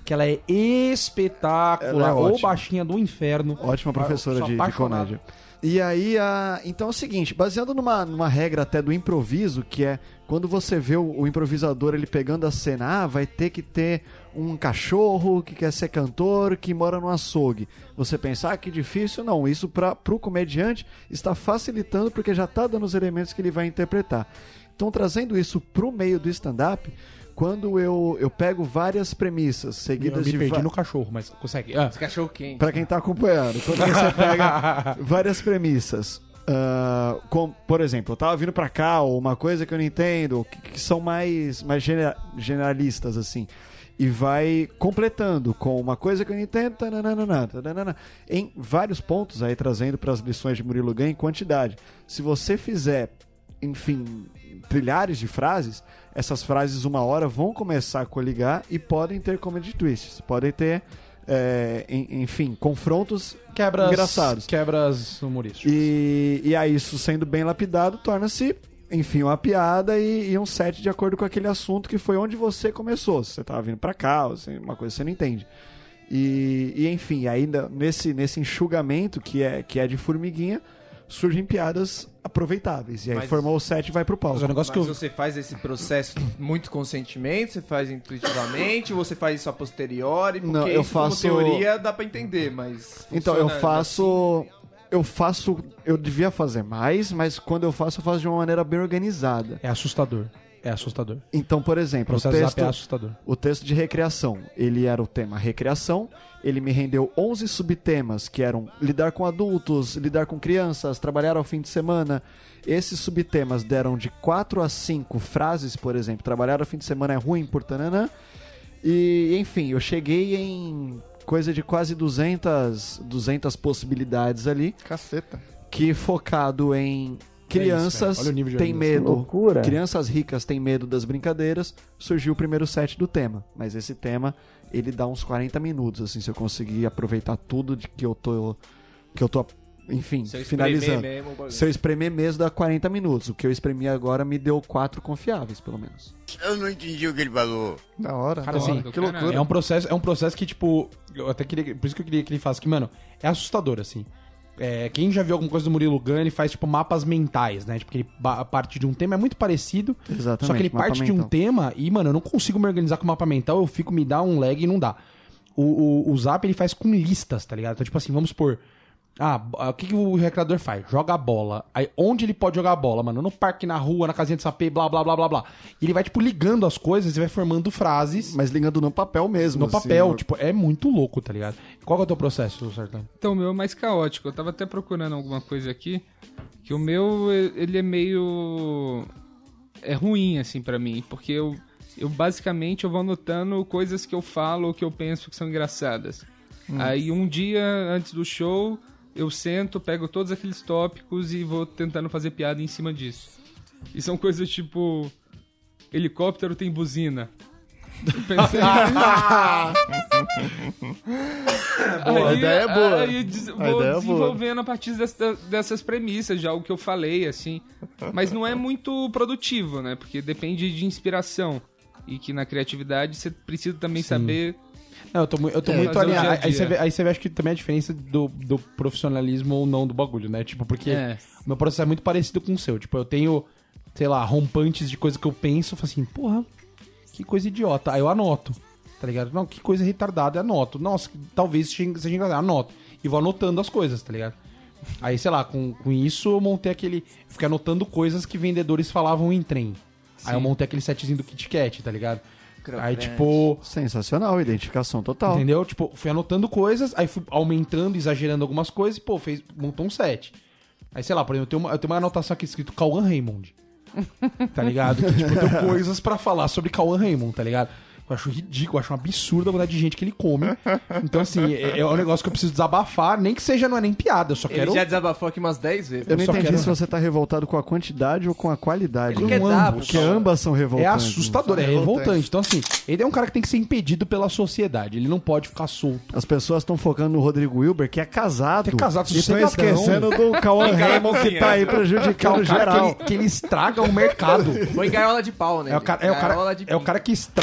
que ela é espetacular. Ela é Ou ótima. baixinha do inferno. Ótima professora Sou de apaixonado. comédia. E aí, então é o seguinte, baseado numa regra até do improviso, que é quando você vê o improvisador ele pegando a cena, vai ter que ter um cachorro que quer ser cantor, que mora no açougue. Você pensa, que difícil. Não, isso pro comediante está facilitando porque já está dando os elementos que ele vai interpretar. Então, trazendo isso pro meio do stand-up, quando eu pego várias premissas seguidas Eu me de... perdi no cachorro, mas consegue. Esse cachorro quente. Pra quem tá acompanhando, quando você pega várias premissas, por exemplo, eu tava vindo pra cá, ou uma coisa que eu não entendo, que são mais generalistas, assim, e vai completando com uma coisa que eu não entendo, em vários pontos, aí trazendo pras lições de Murilo Gun em quantidade. Se você fizer, enfim, trilhares de frases, essas frases uma hora vão começar a coligar e podem ter comedy twists, podem ter, enfim, confrontos engraçados. Quebras humorísticas. E aí isso sendo bem lapidado torna-se, enfim, uma piada e um set de acordo com aquele assunto que foi onde você começou. Se você tava vindo pra cá, uma coisa que você não entende. E enfim, ainda nesse enxugamento que é de formiguinha, surgem piadas aproveitáveis. E aí formou o set e vai pro palco. Mas você faz esse processo muito com sentimento, você faz intuitivamente, ou você faz isso a posteriori? Porque não, eu isso, faço... como teoria dá pra entender, mas... Então, eu devia fazer mais, mas quando eu faço de uma maneira bem organizada. É assustador. Então, por exemplo, é assustador. O texto de recreação, ele era o tema recreação, ele me rendeu 11 subtemas, que eram lidar com adultos, lidar com crianças, trabalhar ao fim de semana. Esses subtemas deram de 4 a 5 frases, por exemplo, trabalhar ao fim de semana é ruim por tananã. E, enfim, eu cheguei em coisa de quase 200 possibilidades ali. Caceta. Que focado em... Crianças Olha o nível de têm organização. medo, Loucura. crianças ricas têm medo das brincadeiras, surgiu o primeiro set do tema. Mas esse tema, ele dá uns 40 minutos, assim, se eu conseguir aproveitar tudo de que eu tô enfim, finalizando. Se eu espremer mesmo, dá 40 minutos. O que eu espremi agora me deu 4 confiáveis, pelo menos. Eu não entendi o que ele falou. Da hora. Cara, assim, que loucura. É um processo que, tipo, eu até queria, por isso que eu queria que ele faça, que, mano, é assustador, assim. Quem já viu alguma coisa do Murilo Gun, ele faz, tipo, mapas mentais, né? Tipo, que ele parte de um tema, é muito parecido. Exatamente. Só que ele parte de um tema e, mano, eu não consigo me organizar com mapa mental, me dá um lag e não dá. O Zap, ele faz com listas, tá ligado? Então, tipo assim, vamos supor... o que o recreador faz? Joga a bola. Aí, onde ele pode jogar a bola, mano? No parque, na rua, na casinha de sapê, blá, blá, blá, blá, blá. E ele vai, tipo, ligando as coisas e vai formando frases. Mas ligando no papel mesmo. No assim, papel, tipo, é muito louco, tá ligado? Qual que é o teu processo, Sertão? Então, o meu é mais caótico. Eu tava até procurando alguma coisa aqui, que o meu, ele é meio... É ruim, assim, pra mim, porque eu basicamente, eu vou anotando coisas que eu falo ou que eu penso que são engraçadas. Aí, um dia antes do show... Eu sento, pego todos aqueles tópicos e vou tentando fazer piada em cima disso. E são coisas tipo... Helicóptero tem buzina. Eu pensei... A ideia é boa. Aí vou desenvolvendo a partir dessas premissas, já o que eu falei, assim. Mas não é muito produtivo, né? Porque depende de inspiração. E que na criatividade você precisa também saber... Não, eu tô muito fazer o alinhado. dia a dia. Aí você vê, acho que também a diferença do profissionalismo ou não do bagulho, né? Tipo, porque o meu processo é muito parecido com o seu. Tipo, eu tenho, sei lá, rompantes de coisa que eu penso, eu falo assim, porra, que coisa idiota. Aí eu anoto, tá ligado? Não, que coisa retardada, eu anoto. Nossa, talvez seja engraçado, anoto. E vou anotando as coisas, tá ligado? Aí, sei lá, com isso eu montei aquele... Fiquei anotando coisas que vendedores falavam em trem. Sim. Aí eu montei aquele setzinho do Kit Kat, tá ligado? Aí, tipo... Sensacional, identificação total. Entendeu? Tipo, fui anotando coisas, aí fui aumentando, exagerando algumas coisas e, montou um set. Aí, sei lá, por exemplo, eu tenho uma anotação aqui escrito Cauã Raymond. Tá ligado? Que, tipo, eu tenho coisas pra falar sobre Cauã Raymond, tá ligado? Eu acho ridículo, eu acho um absurdo a quantidade de gente que ele come. Então, assim, é um negócio que eu preciso desabafar, nem que seja, não é nem piada, eu só quero... Ele já desabafou aqui umas 10 vezes. Eu não entendi se você tá revoltado com a quantidade ou com a qualidade. Ele quer dar, porque ambas são revoltantes. É assustador, é revoltante. Então, assim, ele é um cara que tem que ser impedido pela sociedade, ele não pode ficar solto. As pessoas estão focando no Rodrigo Wilber, que é casado. Que é casado, e estão esquecendo do Cauã Raymond, que tá aí prejudicando geral. Que ele estraga o mercado. Foi gaiola de pau, né? É o cara que estraga o mercado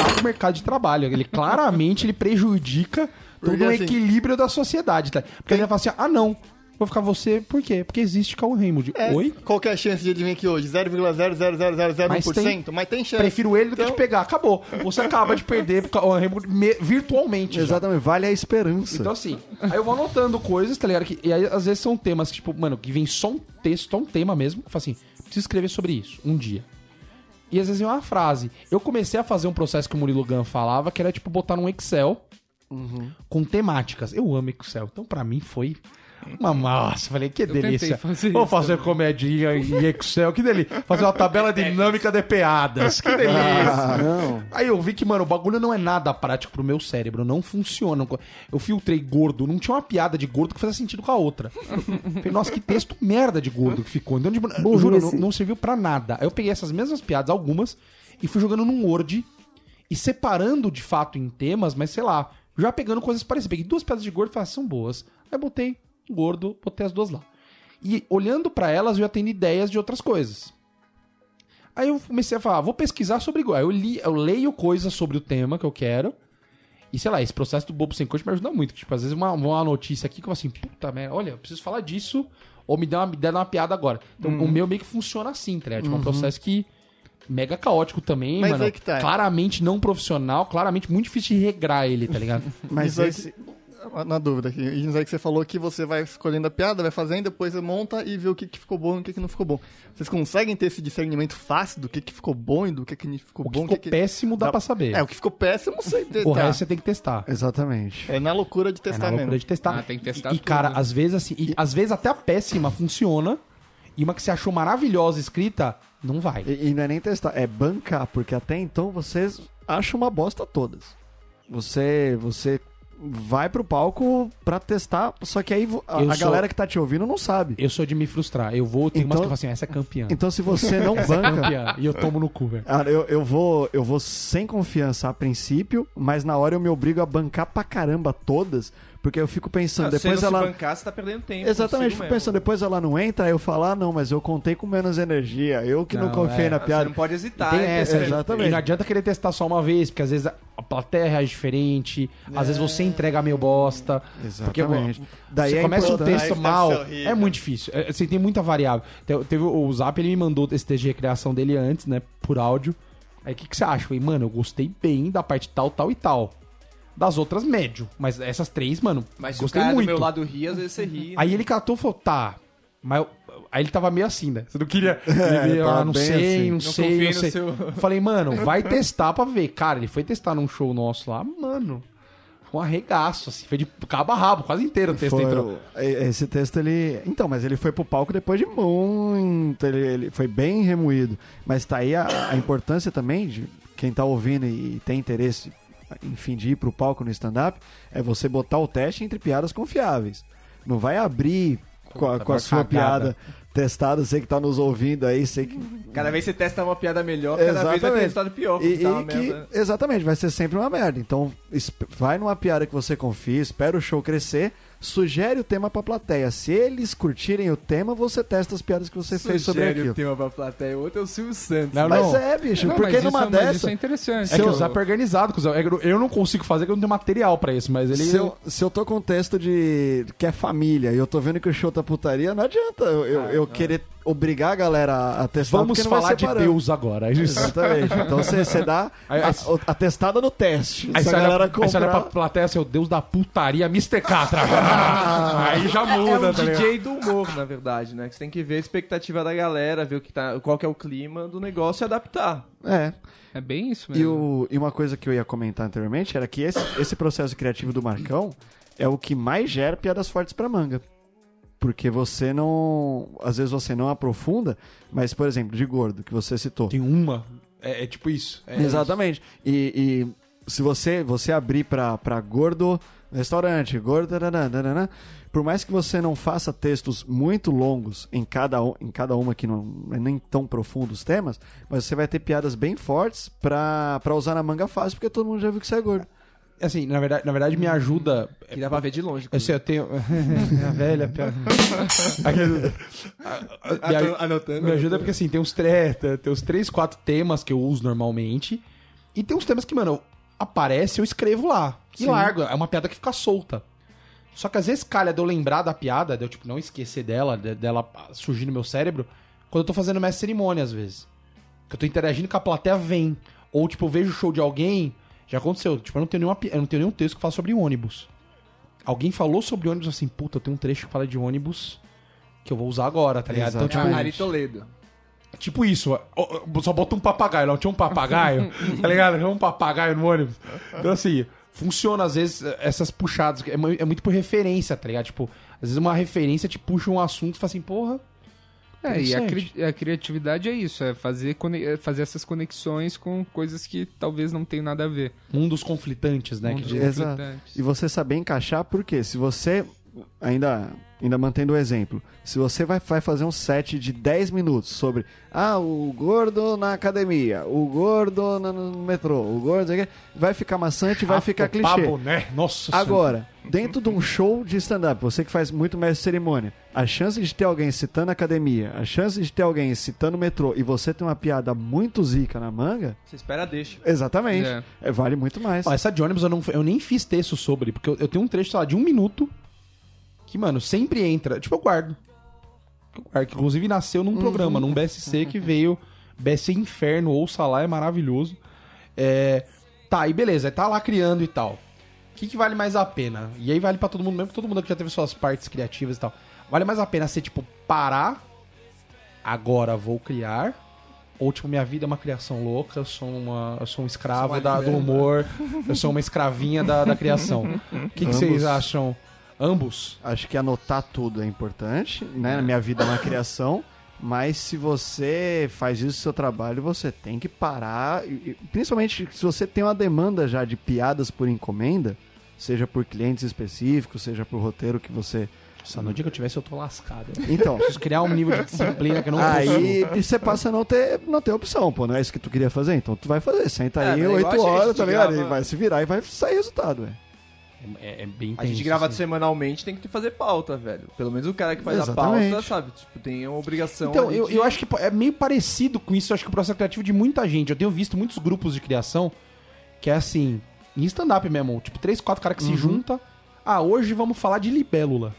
mercado de trabalho. Ele claramente ele prejudica todo Porque, o assim, equilíbrio da sociedade. Tá? Porque ele vai falar assim, não, vou ficar você, por quê? Porque existe Cauã Raymond. Oi? Qual que é a chance de ele vir aqui hoje? 0,00001%? Mas tem chance. Prefiro ele do que Então- te pegar. Acabou. Você acaba de perder pro Cauã Raymond virtualmente. já. Exatamente, vale a esperança. Então, assim, aí eu vou anotando coisas, tá ligado? E aí, às vezes, são temas que, tipo, mano, que vem só um texto, só um tema mesmo. Que eu falo assim, preciso escrever sobre isso, um dia. E às vezes vem uma frase. Eu comecei a fazer um processo que o Murilo Gun falava, que era, tipo, botar num Excel com temáticas. Eu amo Excel. Então, pra mim, foi uma massa. Falei, que delícia. Vou fazer comedinha em Excel, que delícia. Fazer uma tabela dinâmica de piadas. Que delícia. Não. Aí eu vi que, mano, o bagulho não é nada prático pro meu cérebro, não funciona. Eu filtrei gordo, não tinha uma piada de gordo que fazia sentido com a outra. Falei, nossa, que texto merda de gordo que ficou. Então, tipo, eu juro, não serviu pra nada. Aí eu peguei essas mesmas piadas, algumas, e fui jogando num Word e separando de fato em temas, mas sei lá, já pegando coisas parecidas. Peguei 2 piadas de gordo e falei, são boas. Aí botei gordo, botei as 2 lá. E olhando pra elas, eu já tenho ideias de outras coisas. Aí eu comecei a falar, vou pesquisar sobre igual. Aí eu leio coisas sobre o tema que eu quero. E sei lá, esse processo do Bobo Sem Corte me ajuda muito. Tipo, às vezes uma notícia aqui que eu falo assim, puta merda, olha, eu preciso falar disso. Ou me dá uma piada agora. Então o meu meio que funciona assim, tá ligado? Tipo, é um processo que mega caótico também, Mas mano. aí que tá. Claramente não profissional, claramente muito difícil de regrar ele, tá ligado? Mas Isso aí esse... Na dúvida aqui. Isso aí que você falou que você vai escolhendo a piada, vai fazendo, depois você monta e vê o que ficou bom e o que não ficou bom. Vocês conseguem ter esse discernimento fácil do que ficou bom e do que não ficou O que bom? ficou péssimo dá pra saber. É, o que ficou péssimo, não sei. O resto você tem que testar. Exatamente. É na loucura de É testar na loucura mesmo. de testar. Ah, tem que testar E, tudo, cara, né? às vezes assim, às vezes até a péssima funciona e uma que você achou maravilhosa escrita, não vai. E não é nem testar, é bancar, porque até então vocês acham uma bosta todas. Você vai pro palco pra testar, só que aí a galera que tá te ouvindo não sabe. Eu sou de me frustrar. Eu vou, tem umas Então- que eu falo assim, essa é campeã. Então se você não Essa é banca... campeã. E eu tomo no cu, velho. Ah, eu vou sem confiança a princípio, mas na hora eu me obrigo a bancar pra caramba todas, porque eu fico pensando, depois se ela... Se bancar, você tá perdendo tempo. Exatamente, consigo fico pensando, depois ela não entra, aí eu falo, não, mas eu contei com menos energia, eu que não Não, confiei na mesmo. Você piada. não pode hesitar. Tem né? essa, exatamente. E não adianta querer testar só uma vez, porque às vezes a plateia reage diferente, às vezes você entrega meio bosta. Exatamente. Porque Daí você é começa um importante- texto Aí mal, deve ser horrível. é muito difícil. Você tem muita variável. Teve o Zap, ele me mandou esse texto de recriação dele antes, né, por áudio. Aí o que você acha? Eu falei, mano, eu gostei bem da parte tal, tal e tal. Das outras, médio. Mas essas 3, mano, Mas se o gostei cara muito. do meu lado ri, às vezes você ri. Aí ele catou e falou, tá. Mas aí ele tava meio assim, né? Você não queria. É, Ele, tava não bem sei, assim. não Não sei, confia não no sei. seu- Falei, mano, vai testar pra ver. Cara, ele foi testar num show nosso lá, mano. Foi um arregaço, assim. Foi de cabo a rabo, quase inteiro o texto entrou. Esse texto, ele... Então, mas ele foi pro palco depois de muito... Ele foi bem remoído. Mas tá aí a importância também de quem tá ouvindo e tem interesse, enfim, de ir pro palco no stand-up, é você botar o teste entre piadas confiáveis. Não vai abrir com a sua piada testada, você que tá nos ouvindo aí, sei que... Cada vez você testa uma piada melhor, cada vez vai ter Exatamente. resultado pior. porque tá uma merda. Exatamente, vai ser sempre uma merda. Então, vai numa piada que você confia, espera o show crescer, sugere o tema pra plateia. Se eles curtirem o tema, você testa as piadas que você fez sobre Sugere aquilo. o tema pra plateia. O outro é o Silvio Santos. Não, Mas não. é, bicho, Não, porque mas numa isso, mas dessa... isso é interessante. É que o Zap é organizado, cuzão. Eu não consigo fazer porque eu não tenho material pra isso, mas ele... Se eu tô com um texto de que é família e eu tô vendo que o show tá putaria, não adianta eu querer obrigar a galera a testar. Vamos porque não vai falar de separando. Deus agora. É isso. Exatamente. Então você dá Aí- a testada no teste. Aí Se você a galera olha pra comprar... plateia, seu Deus da putaria, Mr. Catra. Aí já É muda, um tá ligado? DJ do humor, na verdade, né? Que você tem que ver a expectativa da galera, ver o que tá, qual que é o clima do negócio e adaptar. É. É bem isso E, mesmo. e uma coisa que eu ia comentar anteriormente era que esse processo criativo do Marcão é o que mais gera piadas fortes pra manga. Porque você não... Às vezes você não aprofunda, mas, por exemplo, de gordo, que você citou. Tem uma. É tipo isso. É Exatamente. E se você abrir pra gordo, restaurante, gordo... Taranana, por mais que você não faça textos muito longos em cada uma que não é nem tão profundo os temas, mas você vai ter piadas bem fortes pra usar na manga fácil, porque todo mundo já viu que você é gordo. Assim, na verdade me ajuda. Que dá pra ver de longe. Eu sei, eu tenho. A velha piada. Anotando. Me ajuda porque assim, tem uns 3, 4 temas que eu uso normalmente. E tem uns temas que, mano, aparece, eu escrevo lá. E largo. É uma piada que fica solta. Só que às vezes calha de eu lembrar da piada, de eu tipo, não esquecer dela surgir no meu cérebro, quando eu tô fazendo mestre cerimônia, às vezes. Que eu tô interagindo com a plateia, vem. Ou, tipo, eu vejo o show de alguém, já aconteceu. Tipo, eu não tenho nenhum texto que fala sobre ônibus. Alguém falou sobre ônibus assim, puta, eu tenho um trecho que fala de ônibus que eu vou usar agora, tá ligado? Então, tipo, Ari Toledo. tipo isso, só bota um papagaio, não tinha um papagaio, tá ligado? Tinha um papagaio no ônibus. Então, assim, funciona às vezes essas puxadas, é muito por referência, tá ligado? Tipo, às vezes uma referência te puxa um assunto e fala assim, porra. E a criatividade é isso, é fazer essas conexões com coisas que talvez não tenham nada a ver. Mundos conflitantes, né? Exato. E você saber encaixar, porque se você, ainda mantendo o exemplo, se você vai fazer um set de 10 minutos sobre o gordo na academia, o gordo no metrô, o gordo... Vai ficar maçante, vai ficar clichê. Né? Nossa Agora, dentro de um show de stand-up, você que faz muito mestre de cerimônia, a chance de ter alguém citando a academia, a chance de ter alguém citando o metrô e você ter uma piada muito zica na manga... Você espera, deixa. Exatamente. Vale muito mais. Essa de ônibus eu nem fiz texto sobre, porque eu tenho um trecho, sei lá, de 1 minuto que, mano, sempre entra... Tipo, eu guardo. Que inclusive nasceu num programa, num BSC que veio... BSC Inferno, ouça lá, é maravilhoso. Tá, e beleza, tá lá criando e tal. O que vale mais a pena? E aí vale pra todo mundo, mesmo que todo mundo aqui já teve suas partes criativas e tal. Vale mais a pena ser, tipo, parar, agora vou criar, ou, tipo, minha vida é uma criação louca, eu sou um escravo do humor, eu sou uma escravinha da criação. O que vocês acham? Ambos? Acho que anotar tudo é importante, né? Minha vida é uma criação, mas se você faz isso no seu trabalho, você tem que parar, principalmente se você tem uma demanda já de piadas por encomenda, seja por clientes específicos, seja por roteiro que você... Nossa, no dia que eu tivesse, eu tô lascado. Então, preciso criar um nível de disciplina que eu não aí você passa a não ter opção, pô. Não é isso que tu queria fazer? Então tu vai fazer. Senta aí 8 horas, tá ligado? E vai se virar e vai sair resultado, velho. É bem intenso, a gente grava assim. semanalmente, tem que fazer pauta, velho. Pelo menos o cara que faz Exatamente. a pauta, sabe? Tipo, tem uma obrigação. Então, eu acho que é meio parecido com isso. Eu acho que o processo criativo de muita gente. Eu tenho visto muitos grupos de criação que é assim, em stand-up mesmo. Tipo, 3, 4 caras que se juntam. Hoje vamos falar de libélula.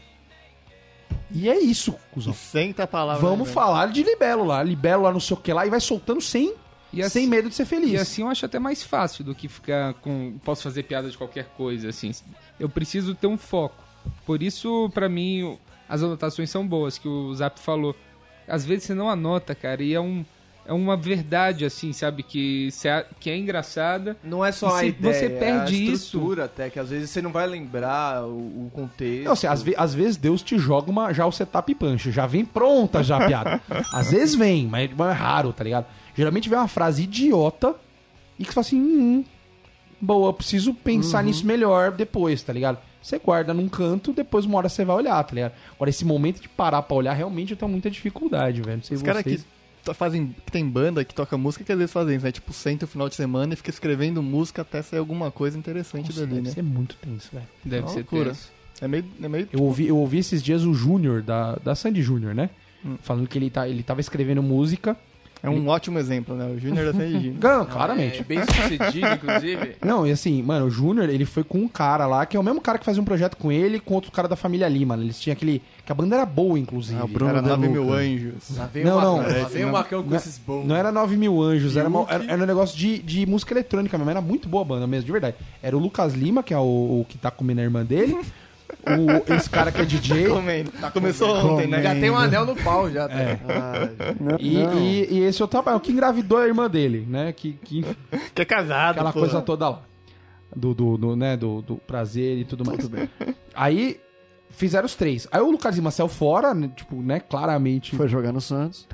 E é isso, cuzão. Senta a palavra. Vamos falar de libélula. Libélula não sei o que lá. E vai soltando sem medo de ser feliz. E assim eu acho até mais fácil do que ficar com... Posso fazer piada de qualquer coisa, assim. Eu preciso ter um foco. Por isso, pra mim, as anotações são boas, que o Zap falou. Às vezes você não anota, cara, e é uma verdade, assim, sabe? Que é engraçada. Não é só a ideia, você perde a estrutura até, que às vezes você não vai lembrar o contexto. Não, assim, às vezes Deus te joga já o setup punch, já vem pronta já a piada. Às vezes vem, mas é raro, tá ligado? Geralmente vem uma frase idiota e que você fala assim, boa, eu preciso pensar nisso melhor depois, tá ligado? Você guarda num canto, depois uma hora você vai olhar, tá ligado? Agora, esse momento de parar pra olhar, realmente eu tenho muita dificuldade, velho. Não sei Os caras que tem banda que toca música que às vezes fazem isso, né? Tipo, senta o final de semana e fica escrevendo música até sair alguma coisa interessante dali, deve né? ser muito tenso, velho. Deve ser tenso. É meio Eu ouvi esses dias o Júnior, da Sandy Júnior, né? Falando que ele tava escrevendo música. É um ótimo exemplo, né? O Júnior da Sandy. Não, claramente. É bem sucedido, inclusive. Não, e assim, mano, o Júnior, ele foi com um cara lá, que é o mesmo cara que fazia um projeto com ele, com outro cara da família Lima. Eles tinham que a banda era boa, inclusive. O Bruno Era De 9 Luca. mil anjos. Lá vem Não, o Marcão com esses bons. Não era 9 mil anjos, era um negócio de música eletrônica mesmo. Era muito boa a banda mesmo, de verdade. Era o Lucas Lima, que é o que tá comendo a irmã dele. Esse cara que é DJ. Começou ontem, né? Já tem um anel no pau, já. E esse outro trabalho, que engravidou a irmã dele, né? Que é casado, aquela coisa toda lá. Do prazer e tudo mais. Tudo bem. Aí fizeram os 3. Aí o Lucas Lima saiu fora, né, tipo, né? Claramente. Foi jogar no Santos.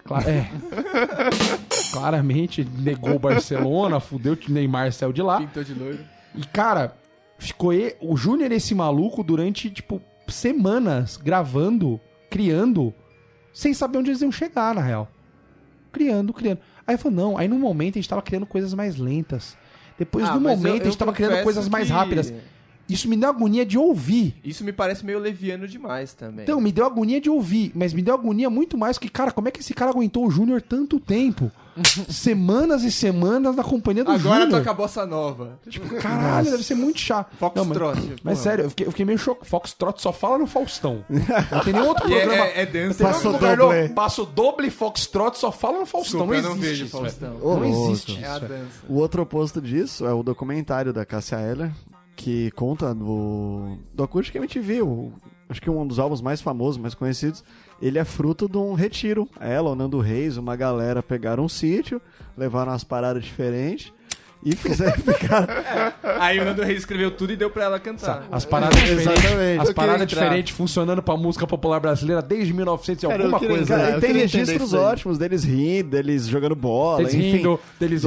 Claramente negou o Barcelona, fudeu o Neymar, saiu de lá. Pintou de loiro. E, cara, ficou o Júnior esse maluco durante, tipo, semanas gravando, criando, sem saber onde eles iam chegar, na real. Criando. Aí eu falei, não, aí no momento a gente tava criando coisas mais lentas. Depois no momento a gente tava criando coisas mais rápidas. Isso me deu agonia de ouvir. Isso me parece meio leviano demais também. Então, me deu agonia de ouvir, mas me deu agonia muito mais que, cara, como é que esse cara aguentou o Júnior tanto tempo? Semanas e semanas na companhia do Júnior. Agora toca a bossa nova. Tipo, caralho, deve ser muito chato. Foxtrot. Mas sério, eu fiquei meio chocado. Foxtrot só fala no Faustão. Não tem nenhum outro E programa. é dança. Passo Não tem doble. lugar, Passo doble Foxtrot só fala no Faustão. Desculpa, eu não não existe vejo isso, Faustão. velho. Ô, Não louco. existe É a isso. velho. dança. O outro oposto disso é o documentário da Cássia Eller, que conta do Acústica MTV, acho que um dos álbuns mais famosos, mais conhecidos. Ele é fruto de um retiro. Ela, o Nando Reis, uma galera pegaram um sítio, levaram umas paradas diferentes e fizeram ficar... Aí o Nando Reis escreveu tudo e deu pra ela cantar. As paradas diferentes, Exatamente. as Eu paradas queria entrar. diferentes funcionando pra música popular brasileira desde 1900 e Cara, alguma eu queria coisa. entrar. Cara, eu e tem queria entender registros isso aí. ótimos deles rindo, deles jogando bola, Deles enfim. rindo,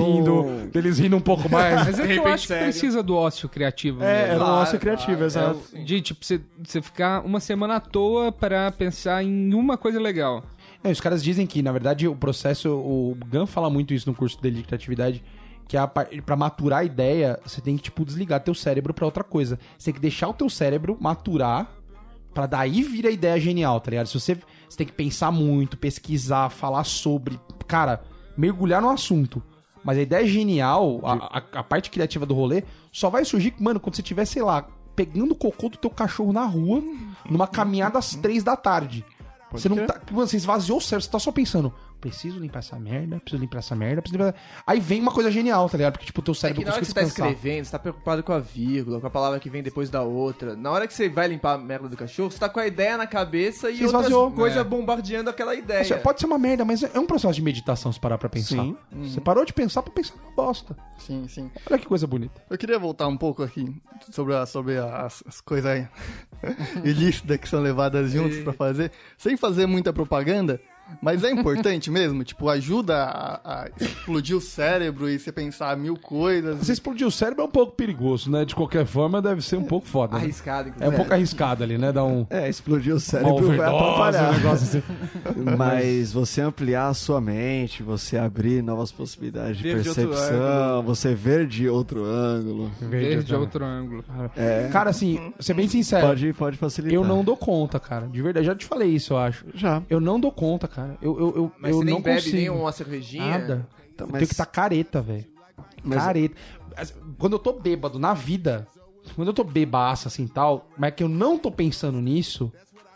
deles rindo um pouco mais. Mas é que eu repente, acho que sério. precisa do ócio criativo É, mesmo. era um Claro, ócio criativo, claro. exato. De, tipo, você ficar uma semana à toa pra pensar em uma coisa legal. Os caras dizem que, na verdade, o processo... O Gun fala muito isso no curso dele de criatividade, que pra maturar a ideia, você tem que, tipo, desligar teu cérebro pra outra coisa. Você tem que deixar o teu cérebro maturar pra daí vir a ideia genial, tá ligado? Você tem que pensar muito, pesquisar, falar sobre... Cara, mergulhar no assunto. Mas a ideia genial, a parte criativa do rolê, só vai surgir, mano, quando você tiver, sei lá, pegando o cocô do teu cachorro na rua, numa caminhada às 3 da tarde. Você não tá. Mano, você esvaziou o cérebro, você tá só pensando, preciso limpar essa merda, preciso limpar essa merda, preciso limpar... Aí vem uma coisa genial, tá ligado? Porque, tipo, o teu É cérebro que na hora que você tá descansar. escrevendo, você tá preocupado com a vírgula, com a palavra que vem depois da outra. Na hora que você vai limpar a merda do cachorro, você tá com a ideia na cabeça e Você outras esvaziou. coisas bombardeando aquela ideia. Isso pode ser uma merda, mas é um processo de meditação se parar pra pensar. Sim. Você parou de pensar pra pensar na bosta. Sim, sim. Olha que coisa bonita. Eu queria voltar um pouco aqui sobre as coisas ilícitas que são levadas juntos pra fazer, sem fazer muita propaganda, mas é importante mesmo, tipo, ajuda a explodir o cérebro e você pensar 1000 coisas. Você explodir o cérebro é um pouco perigoso, né? De qualquer forma, deve ser um pouco foda. Né? Arriscado, É inclusive. um pouco arriscado ali, né? Dar um... Explodir o Uma cérebro vai overdose, um atrapalhar. negócio assim. Mas você ampliar a sua mente, você abrir novas possibilidades de Ver de outro percepção, você ver de outro ângulo. Ver de outro ângulo. Cara, assim, ser bem sincero, Pode facilitar. eu não dou conta, cara. De verdade, já te falei isso, eu acho. Já. Eu não dou conta, cara. Mas eu você nem não bebe consigo. nem uma cervejinha? Nada. Então, Eu mas- tenho que estar careta, velho. Careta. Quando eu tô bêbado na vida, quando eu tô bebaço assim e tal, mas que eu não tô pensando nisso,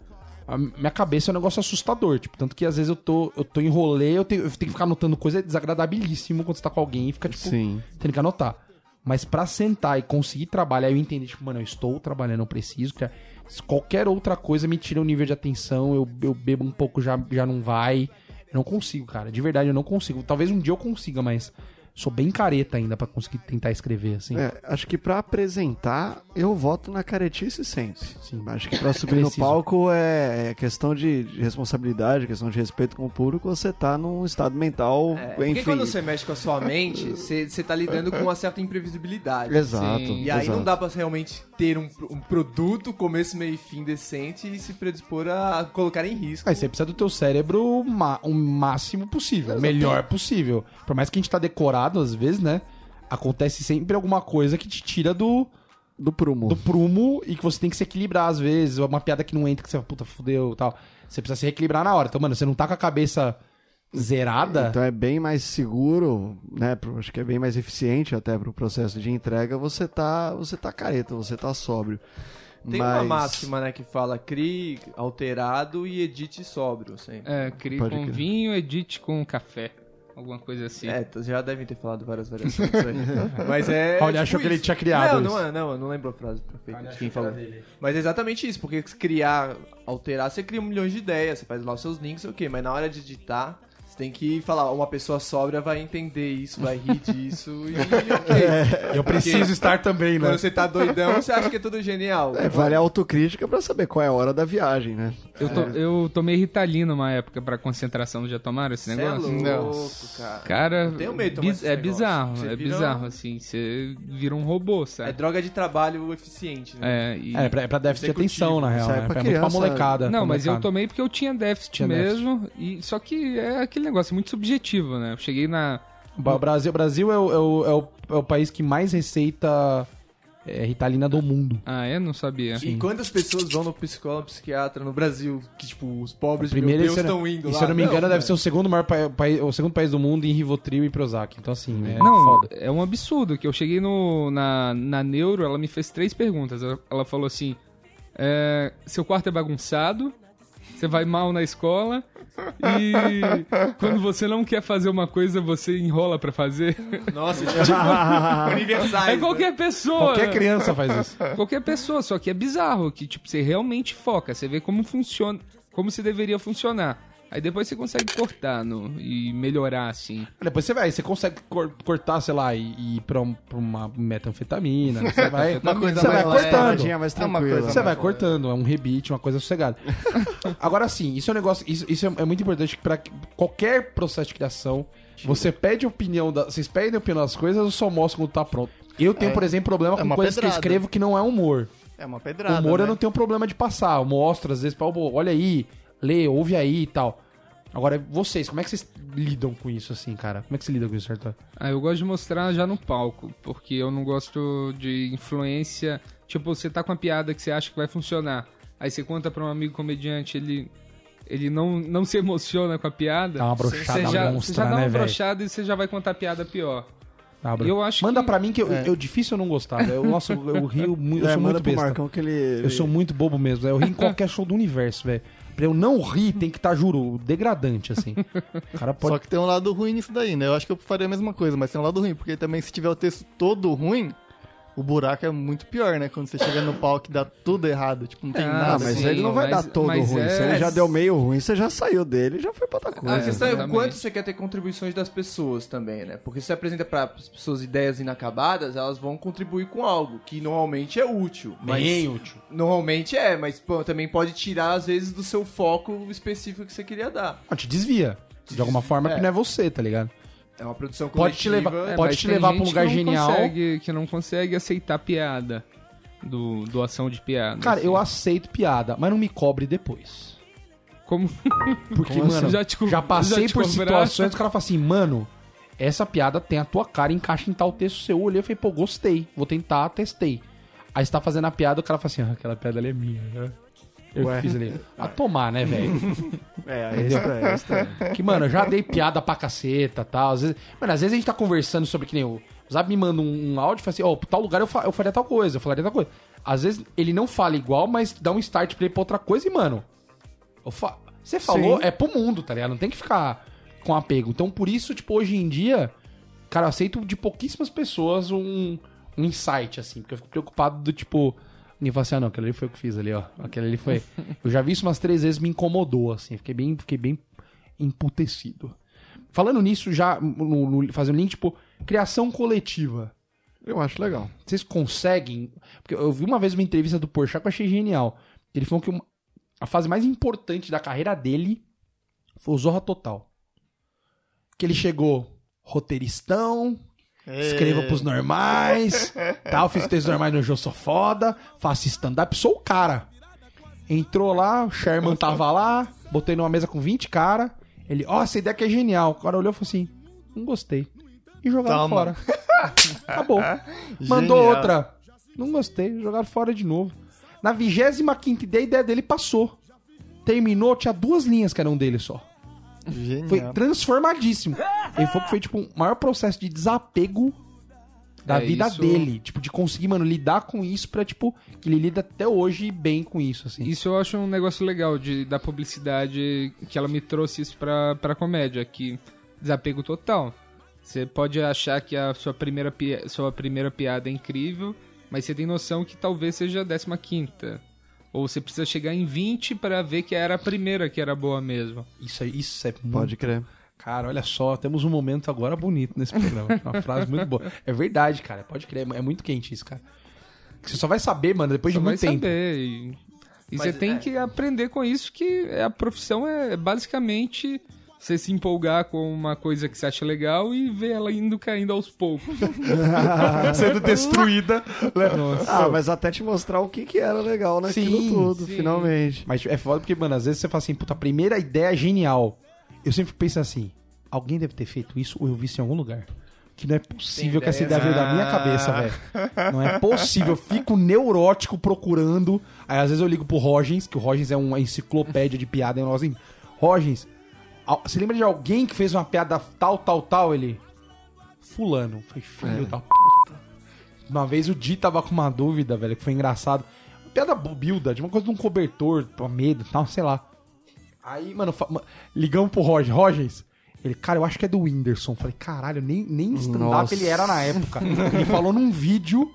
a minha cabeça é um negócio assustador. Tipo, tanto que às vezes eu tô em rolê, eu tenho que ficar anotando coisa desagradabilíssimo quando você tá com alguém e fica, tipo, Sim. tendo que anotar. Mas pra sentar e conseguir trabalhar, eu entender, tipo, mano, eu estou trabalhando, eu preciso. Se qualquer outra coisa me tira o nível de atenção, eu bebo um pouco, já não vai. Eu não consigo, cara. De verdade, eu não consigo. Talvez um dia eu consiga, mas sou bem careta ainda pra conseguir tentar escrever, assim. Acho que pra apresentar, eu voto na caretice sempre. Sim. Acho que pra subir no Preciso. palco é questão de responsabilidade, questão de respeito com o público, você tá num estado mental, Porque enfim. quando você mexe com a sua mente, você tá lidando com uma certa imprevisibilidade. Exato. Sim. E aí exato. não dá pra realmente ter um produto, começo, meio e fim decente e se predispor a colocar em risco. Aí você precisa do teu cérebro o máximo possível, o melhor possível. Por mais que a gente tá decorado, às vezes, né? Acontece sempre alguma coisa que te tira do prumo. prumo e que você tem que se equilibrar às vezes. Uma piada que não entra, que você fala, puta, fudeu e tal. Você precisa se reequilibrar na hora. Então, mano, você não tá com a cabeça zerada. Então é bem mais seguro, né? Acho que é bem mais eficiente até pro processo de entrega. Você tá careta, você tá sóbrio. Tem uma máxima, né, que fala crie alterado e edite sóbrio, sempre. Crie Pode com crer. vinho, edite com café. Alguma coisa assim. Já devem ter falado várias variações disso aí. Mas é. Raul achou que ele isso. tinha criado Não, isso. não, eu não lembro a frase perfeita de quem falou. Mas é exatamente isso, porque se criar, alterar, você cria milhões de ideias, você faz lá os seus links, sei o quê, mas na hora de editar, você tem que falar, uma pessoa sóbria vai entender isso, vai rir disso e ok. Eu preciso estar também, né? Quando você tá doidão, você acha que é tudo genial. Vale a autocrítica pra saber qual é a hora da viagem, né? Eu tomei Ritalina uma época pra concentração. Já tomaram esse Você é negócio? louco, cara. Cara, tenho medo de tomar esse é negócio. bizarro, Você é vira bizarro, assim. Você vira um robô, É sabe? droga de trabalho eficiente, né? É pra déficit de atenção, na real, Isso aí é né? pra É muito pra criança. molecada. Não, pra mas eu molecada. tomei porque eu tinha déficit Tinha mesmo. Só que é aquele negócio muito subjetivo, né? Eu cheguei na... O Brasil é o país que mais receita Ritalina do mundo. Ah, é? Não sabia. E quantas pessoas vão no psicólogo, psiquiatra no Brasil? Que, tipo, os pobres de Primeiro, meu Deus estão indo lá. Se eu não me engano, deve ser o segundo maior o segundo país do mundo em Rivotril e Prozac. Então, assim, Não, foda. é um absurdo que eu cheguei na Neuro, ela me fez 3 perguntas. Ela falou assim, seu quarto é bagunçado, você vai mal na escola e quando você não quer fazer uma coisa, você enrola pra fazer. Nossa, tipo, universais. É qualquer pessoa. Qualquer criança faz isso. Qualquer pessoa, só que é bizarro, que tipo, você realmente foca, você vê como funciona, como se deveria funcionar. Aí depois você consegue cortar e melhorar, assim. Depois você consegue cortar, sei lá, e ir pra uma metanfetamina. Você vai, Uma coisa você vai mais leve, cortando. mais É uma tranquila. coisa Você vai cortando, é um rebite, uma coisa sossegada. Agora sim, isso é um negócio. Isso é muito importante pra qualquer processo de criação. Você pede opinião vocês pedem opinião das coisas ou só mostram quando tá pronto? Eu tenho, por exemplo, problema com uma coisas que eu pedrada. escrevo que não é humor. É uma pedrada, Humor eu né? não tenho problema de passar. Eu mostro, às vezes, olha aí, lê, ouve aí e tal. Agora, vocês, como é que vocês lidam com isso, assim, cara? Como é que você lida com isso, Arthur? Eu gosto de mostrar já no palco, porque eu não gosto de influência. Tipo, você tá com uma piada que você acha que vai funcionar, aí você conta pra um amigo comediante, ele não se emociona com a piada. Dá uma brochada você já monstra, dá né, uma velho? brochada e você já vai contar a piada pior. Eu acho Manda que- pra mim que eu difícil eu não gostar, velho. Nossa, eu rio muito, eu sou manda muito pro besta. Marcão que ele... Eu sou muito bobo mesmo, velho. Eu rio em qualquer show do universo, velho. Pra eu não rir, tem que estar, juro, degradante, assim. O cara pode... Só que tem um lado ruim nisso daí, né? Eu acho que eu faria a mesma coisa, mas tem um lado ruim, porque também se tiver o texto todo ruim, o buraco é muito pior, né? Quando você chega no palco e dá tudo errado, tipo, não tem nada. Ah, mas sim, ele não vai mas- dar todo mas ruim. é- Se ele já deu meio ruim, você já saiu dele e já foi pra outra A coisa. questão é o exatamente. quanto você quer ter contribuições das pessoas também, né? Porque se você apresenta para as pessoas ideias inacabadas, elas vão contribuir com algo que normalmente é útil. Mas Bem útil. normalmente mas pô, também pode tirar, às vezes, do seu foco específico que você queria dar. Não, te desvia. De alguma forma que não é você, tá ligado? É uma produção Pode te coletiva. levar- É, pode mas te tem levar pra um gente lugar que não genial. que não consegue aceitar piada. Doação de piada. Cara, assim. eu aceito piada, mas não me cobre depois. Como... Porque, Como mano, assim? já passei já te por cobraram? situações que o cara fala assim, mano, essa piada tem a tua cara, encaixa em tal texto seu. Eu olhei e falei, pô, gostei, vou tentar, testei. Aí você tá fazendo a piada, o cara fala assim, aquela piada ali é minha, né? Eu que fiz ali. A tomar, né, velho? É extra. Que, mano, eu já dei piada pra caceta e tal. Às vezes a gente tá conversando sobre que nem o Zap me manda um áudio e fala assim, ó, tal lugar eu faria tal coisa, eu falaria tal coisa. Às vezes ele não fala igual, mas dá um start pra ele pra outra coisa e, mano, você falou, é pro mundo, tá ligado? Não tem que ficar com apego. Então, por isso, tipo, hoje em dia, cara, eu aceito de pouquíssimas pessoas um insight, assim, porque eu fico preocupado do tipo... E fala assim, não, aquele ali foi o que fiz ali, ó. Aquele ali foi... Eu já vi isso umas 3 vezes, me incomodou, assim. Fiquei bem emputecido. Falando nisso, já fazendo link, tipo, criação coletiva. Eu acho legal. Vocês conseguem... Porque eu vi uma vez uma entrevista do Porchat que eu achei genial. Ele falou que a fase mais importante da carreira dele foi o Zorra Total. Que ele chegou roteiristão... Escrevo pros normais, tal, fiz textos normais no Jô Sou Foda, faço stand-up, sou o cara. Entrou lá, o Sherman tava lá, botei numa mesa com 20 cara, ele, essa ideia aqui é genial. O cara olhou e falou assim, não gostei. E jogaram fora. Acabou. Mandou Genial. outra, não gostei, jogaram fora de novo. Na 25ª ideia dele passou. Terminou, tinha 2 linhas que eram dele só. Genial. Foi transformadíssimo. Ele falou que foi, tipo, o maior processo de desapego da vida isso- dele. Tipo, de conseguir, mano, lidar com isso pra, tipo, que ele lida até hoje bem com isso, assim. Isso eu acho um negócio legal da publicidade, que ela me trouxe isso pra comédia, que desapego total. Você pode achar que a sua primeira piada é incrível, mas você tem noção que talvez seja a 15ª. Ou você precisa chegar em 20 pra ver que era a primeira que era boa mesmo. Isso é muito... Pode crer. Cara, olha só, temos um momento agora bonito nesse programa. Uma frase muito boa. É verdade, cara, pode crer. É muito quente isso, cara. Você só vai saber, mano, depois Só de vai muito tempo. saber. E você tem que aprender com isso, que a profissão é basicamente você se empolgar com uma coisa que você acha legal e ver ela caindo aos poucos. Sendo destruída. Ah, mas até te mostrar o que era legal naquilo Sim, tudo, sim. finalmente. Mas é foda porque, mano, às vezes você fala assim, puta, a primeira ideia é genial. Eu sempre penso assim, alguém deve ter feito isso ou eu vi isso em algum lugar. que não é possível que essa ideia veio da minha cabeça, velho. Não é possível. Eu fico neurótico procurando. Aí às vezes eu ligo pro Rogens, que o Rogens é uma enciclopédia de piada. Eu assim, Rogens, você lembra de alguém que fez uma piada tal? Ele... Fulano. Foi filho da puta. Uma vez o Di tava com uma dúvida, velho, que foi engraçado. Uma piada bobilda, de uma coisa de um cobertor, pra medo e tal, sei lá. Aí, mano, ligamos pro Rogens. Ele, cara, eu acho que é do Whindersson. Falei, caralho, nem stand-up ele era na época. Ele falou num vídeo.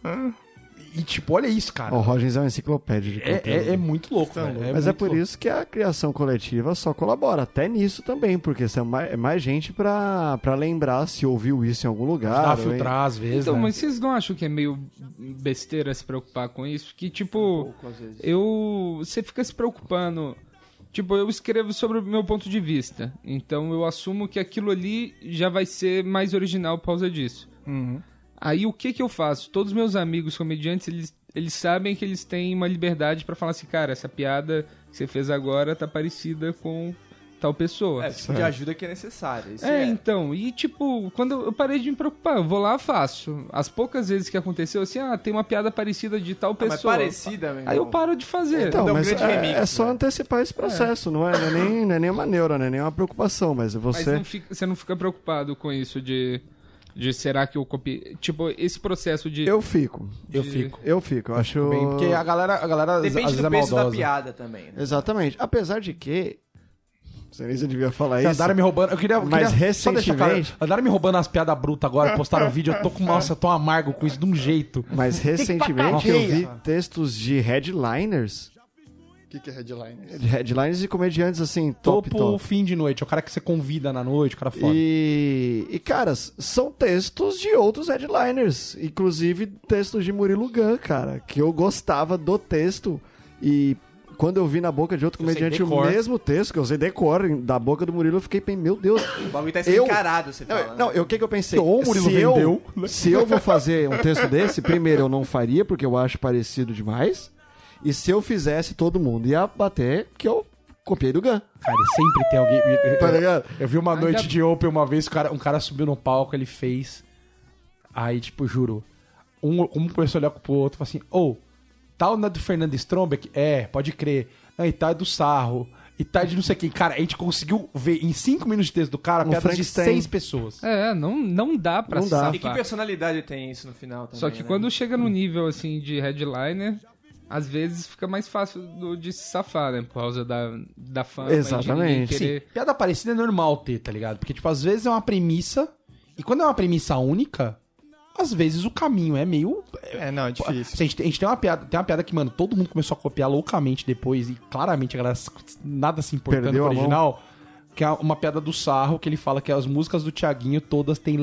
E tipo, olha isso, cara. O Rogens é uma enciclopédia de conteúdo. É muito louco, velho. Mas muito é por louco. isso que a criação coletiva só colabora. Até nisso também, porque é mais gente pra lembrar se ouviu isso em algum lugar. Dá filtrar às vezes, Então, né? mas vocês não acham que é meio besteira se preocupar com isso? Que, tipo, você fica se preocupando... Tipo, eu escrevo sobre o meu ponto de vista. Então, eu assumo que aquilo ali já vai ser mais original por causa disso. Aí, o que eu faço? Todos os meus amigos comediantes, eles sabem que eles têm uma liberdade pra falar assim, cara, essa piada que você fez agora tá parecida com tal pessoa. É, tipo de ajuda que é necessária. Isso Então, e tipo, quando eu parei de me preocupar, eu vou lá, faço. As poucas vezes que aconteceu, assim, tem uma piada parecida de tal mas pessoa. parecida mesmo. Aí eu paro de fazer. Então, Dá um mas grande remix, é só né? antecipar esse processo, não é nem uma neura, não é nem uma preocupação, mas Mas você... você não fica preocupado com isso de será que eu copiei? Tipo, esse processo de... Eu fico. Eu fico. Eu acho... Bem, porque a galera às Depende vezes do é peso maldosa. da piada também, né? Exatamente. Apesar de que... Não sei nem se eu devia falar Já isso. andaram me roubando. Eu queria Mas só deixar claro. recentemente- Andaram me roubando as piadas brutas agora, postaram o vídeo. Eu tô com, nossa, eu tô amargo com isso de um jeito. Mas recentemente eu vi textos de headliners. O que é headline? De headliners e comediantes assim, Topo top. fim de noite. É o cara que você convida na noite, o cara foda. E, caras, são textos de outros headliners. Inclusive textos de Murilo Gun, cara. Que eu gostava do texto. E quando eu vi na boca de outro Eu sei comediante o decor. mesmo texto, que eu sei decor, da boca do Murilo, eu fiquei pensando, meu Deus. O bagulho tá escancarado, você fala. Não, o que eu pensei? Ou o Murilo vendeu. Se eu vou fazer um texto desse, primeiro eu não faria, porque eu acho parecido demais. E se eu fizesse, todo mundo ia bater que eu copiei do Gun. Cara, sempre tem alguém. Tá ligado? Eu vi uma noite de Open uma vez, um cara subiu no palco, ele fez. Aí, tipo, juro. Um começou a olhar pro outro e falou assim: tal não é do Fernando Strombeck? É, pode crer. Não, e tal é do Sarro. E tal é de não sei quem. Cara, a gente conseguiu ver em 5 minutos de texto do cara, piadas de Frankenstein. 6 pessoas. Não dá pra Não dá. safar. E que personalidade tem isso no final também, Só que né? quando chega no nível, assim, de headliner, às vezes fica mais fácil de se safar, né? Por causa da fama. Exatamente. E de ninguém querer... Piada parecida é normal ter, tá ligado? Porque, tipo, às vezes é uma premissa. E quando é uma premissa única, às vezes o caminho é meio. Não, é difícil. Assim, a gente tem uma piada que, mano, todo mundo começou a copiar loucamente depois. E claramente a galera nada se importando Perdeu com o a mão. original. Que é uma piada do Sarro, que ele fala que as músicas do Thiaguinho todas têm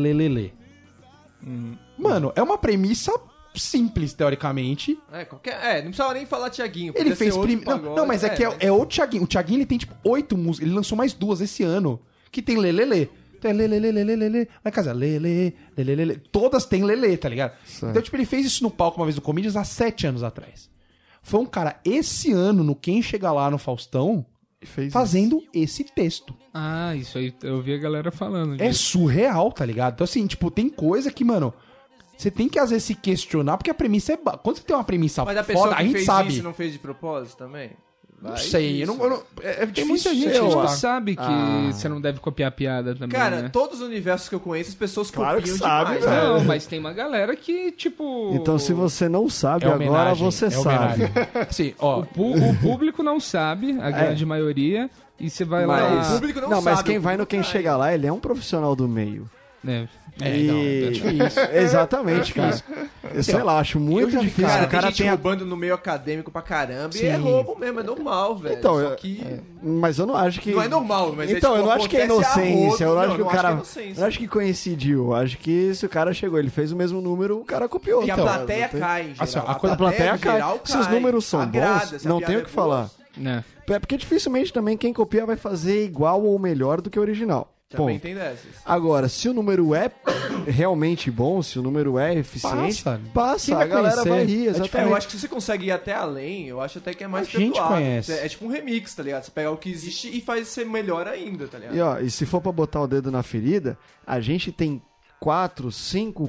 lelelê. Mano, é uma premissa simples, teoricamente. Não precisava nem falar Thiaguinho. Ele podia fez ser outro primeiro. pagode. Não, mas é o Thiaguinho. O Thiaguinho ele tem tipo 8 músicas. Ele lançou mais 2 esse ano. Que tem lelelê. Então é lelelê. Vai casa, lelê. Todas têm lelê, tá ligado? Certo. Então, tipo, ele fez isso no palco uma vez no Comedians há 7 anos atrás. Foi um cara, esse ano, no Quem Chega Lá no Faustão, Fez fazendo esse texto. Ah, isso aí eu vi a galera falando. É disso. surreal, tá ligado? Então, assim, tipo, tem coisa que, mano, você tem que às vezes se questionar, porque a premissa é. Quando você tem uma premissa Mas a pessoa foda, a que gente fez sabe. isso não fez de propósito também? Não sei, eu não, é Tem difícil muita gente que sei não lá. sabe que você não deve copiar piada também, Cara, né? todos os universos que eu conheço, as pessoas Claro copiam que sabe, demais. velho. Não, mas tem uma galera que, tipo... Então, se você não sabe, É agora homenagem, você é sabe. homenagem. Assim, ó, O público não sabe, a grande maioria, e você vai Mas, o público não mas sabe, quem o vai no público Quem vai. Chega Lá, ele é um profissional do meio. né? E... é difícil. Exatamente, cara. Eu sei lá, acho muito já vi, difícil. Cara, o cara tem gente tem a... roubando no meio acadêmico pra caramba Sim. e é roubo mesmo, é normal, velho. Então, Só eu- que Mas eu não acho que... não é normal, mas Então, é, tipo, eu não acho que é acontece a inocência. Eu rodo. não acho Não, que o não cara... acho que é Eu inocência. não acho que coincidiu. Eu acho que se o cara chegou, ele fez o mesmo número, o cara copiou. E a Então, plateia não tem- cai, em geral. Assim, ó, A plateia em cai. geral, Se os números são agrada, bons, se a não piada tem o é que boa. falar. Né? É porque dificilmente também quem copia vai fazer igual ou melhor do que o original. Também Ponto. tem dessas. Agora, se o número é realmente bom, se o número é eficiente, passa, Quem vai a galera conhecer? vai rir, É exatamente. Eu acho que se você consegue ir até além, eu acho até que é mais A gente perdoável. conhece. É tipo um remix, tá ligado? Você pega o que existe e faz ser melhor ainda, tá ligado? E se for pra botar o dedo na ferida, a gente tem 4, 5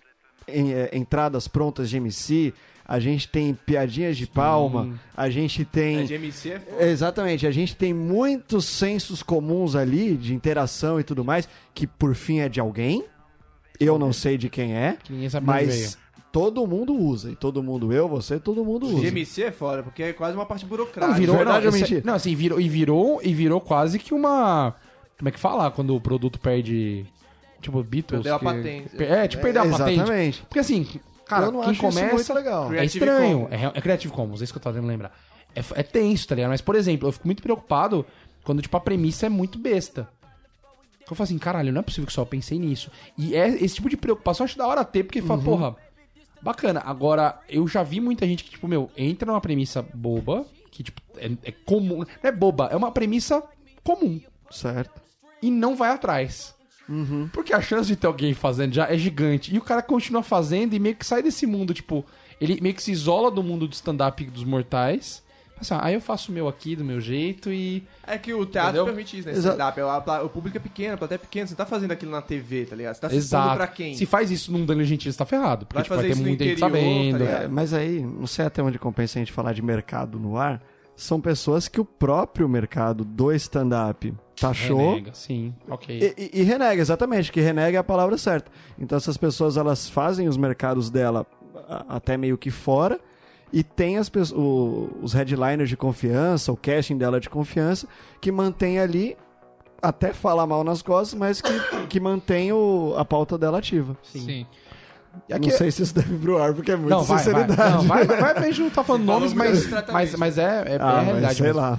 entradas prontas de MC, a gente tem piadinhas de palma, a gente tem... De MC é foda. Exatamente, a gente tem muitos sensos comuns ali, de interação e tudo mais, que por fim é de alguém, eu não sei de quem é, Que ninguém sabe onde veio. mas todo mundo usa, e todo mundo, todo mundo usa. De MC é foda, porque é quase uma parte burocrática. Não, virou, verdade não, ou mentira? não, assim, virou quase que uma... Como é que fala quando o produto perde... Tipo, Beatles... Perdeu a que- patente. perdeu a patente. Exatamente. Porque assim, cara, Eu não quem acho isso começa... muito legal. É Creative estranho. Commons. É Creative Commons, é isso que eu tava tentando lembrar. É tenso, tá ligado? Mas, por exemplo, eu fico muito preocupado quando, tipo, a premissa é muito besta. Eu falo assim, caralho, não é possível que só eu pensei nisso. E esse tipo de preocupação eu acho da hora ter, porque fala, porra, bacana. Agora, eu já vi muita gente que, tipo, entra numa premissa boba, que, tipo, é comum. Não é boba, é uma premissa comum. Certo. E não vai atrás. Porque a chance de ter alguém fazendo já é gigante. E o cara continua fazendo e meio que sai desse mundo, tipo... Ele meio que se isola do mundo do stand-up dos mortais. Assim, aí eu faço o meu aqui, do meu jeito e... É que o teatro Entendeu? permite isso, né? Exato. Stand-up. O público é pequeno, a plateia é pequena. Você não tá fazendo aquilo na TV, tá ligado? Você tá se expondo Exato. pra quem? Se faz isso num Danilo Gentili, você tá ferrado. Porque Vai tipo, fazer vai ter isso no muita gente interior, sabendo. tá ligado? É, mas aí, não sei até onde compensa a gente falar de mercado no ar, são pessoas que o próprio mercado do stand-up taxou Renega, sim, ok. e renega, exatamente, que renega é a palavra certa. Então essas pessoas, elas fazem os mercados dela até meio que fora e tem os headliners de confiança, o casting dela de confiança, que mantém ali, até falar mal nas costas, mas que mantém a pauta dela ativa. Sim. Aqui- Não sei se isso deve ir pro ar, porque é muita Não, vai, sinceridade. Não, vai, a gente não tá falando Falou nomes, muito mas abstratamente. é a Mas realidade sei mesmo. lá.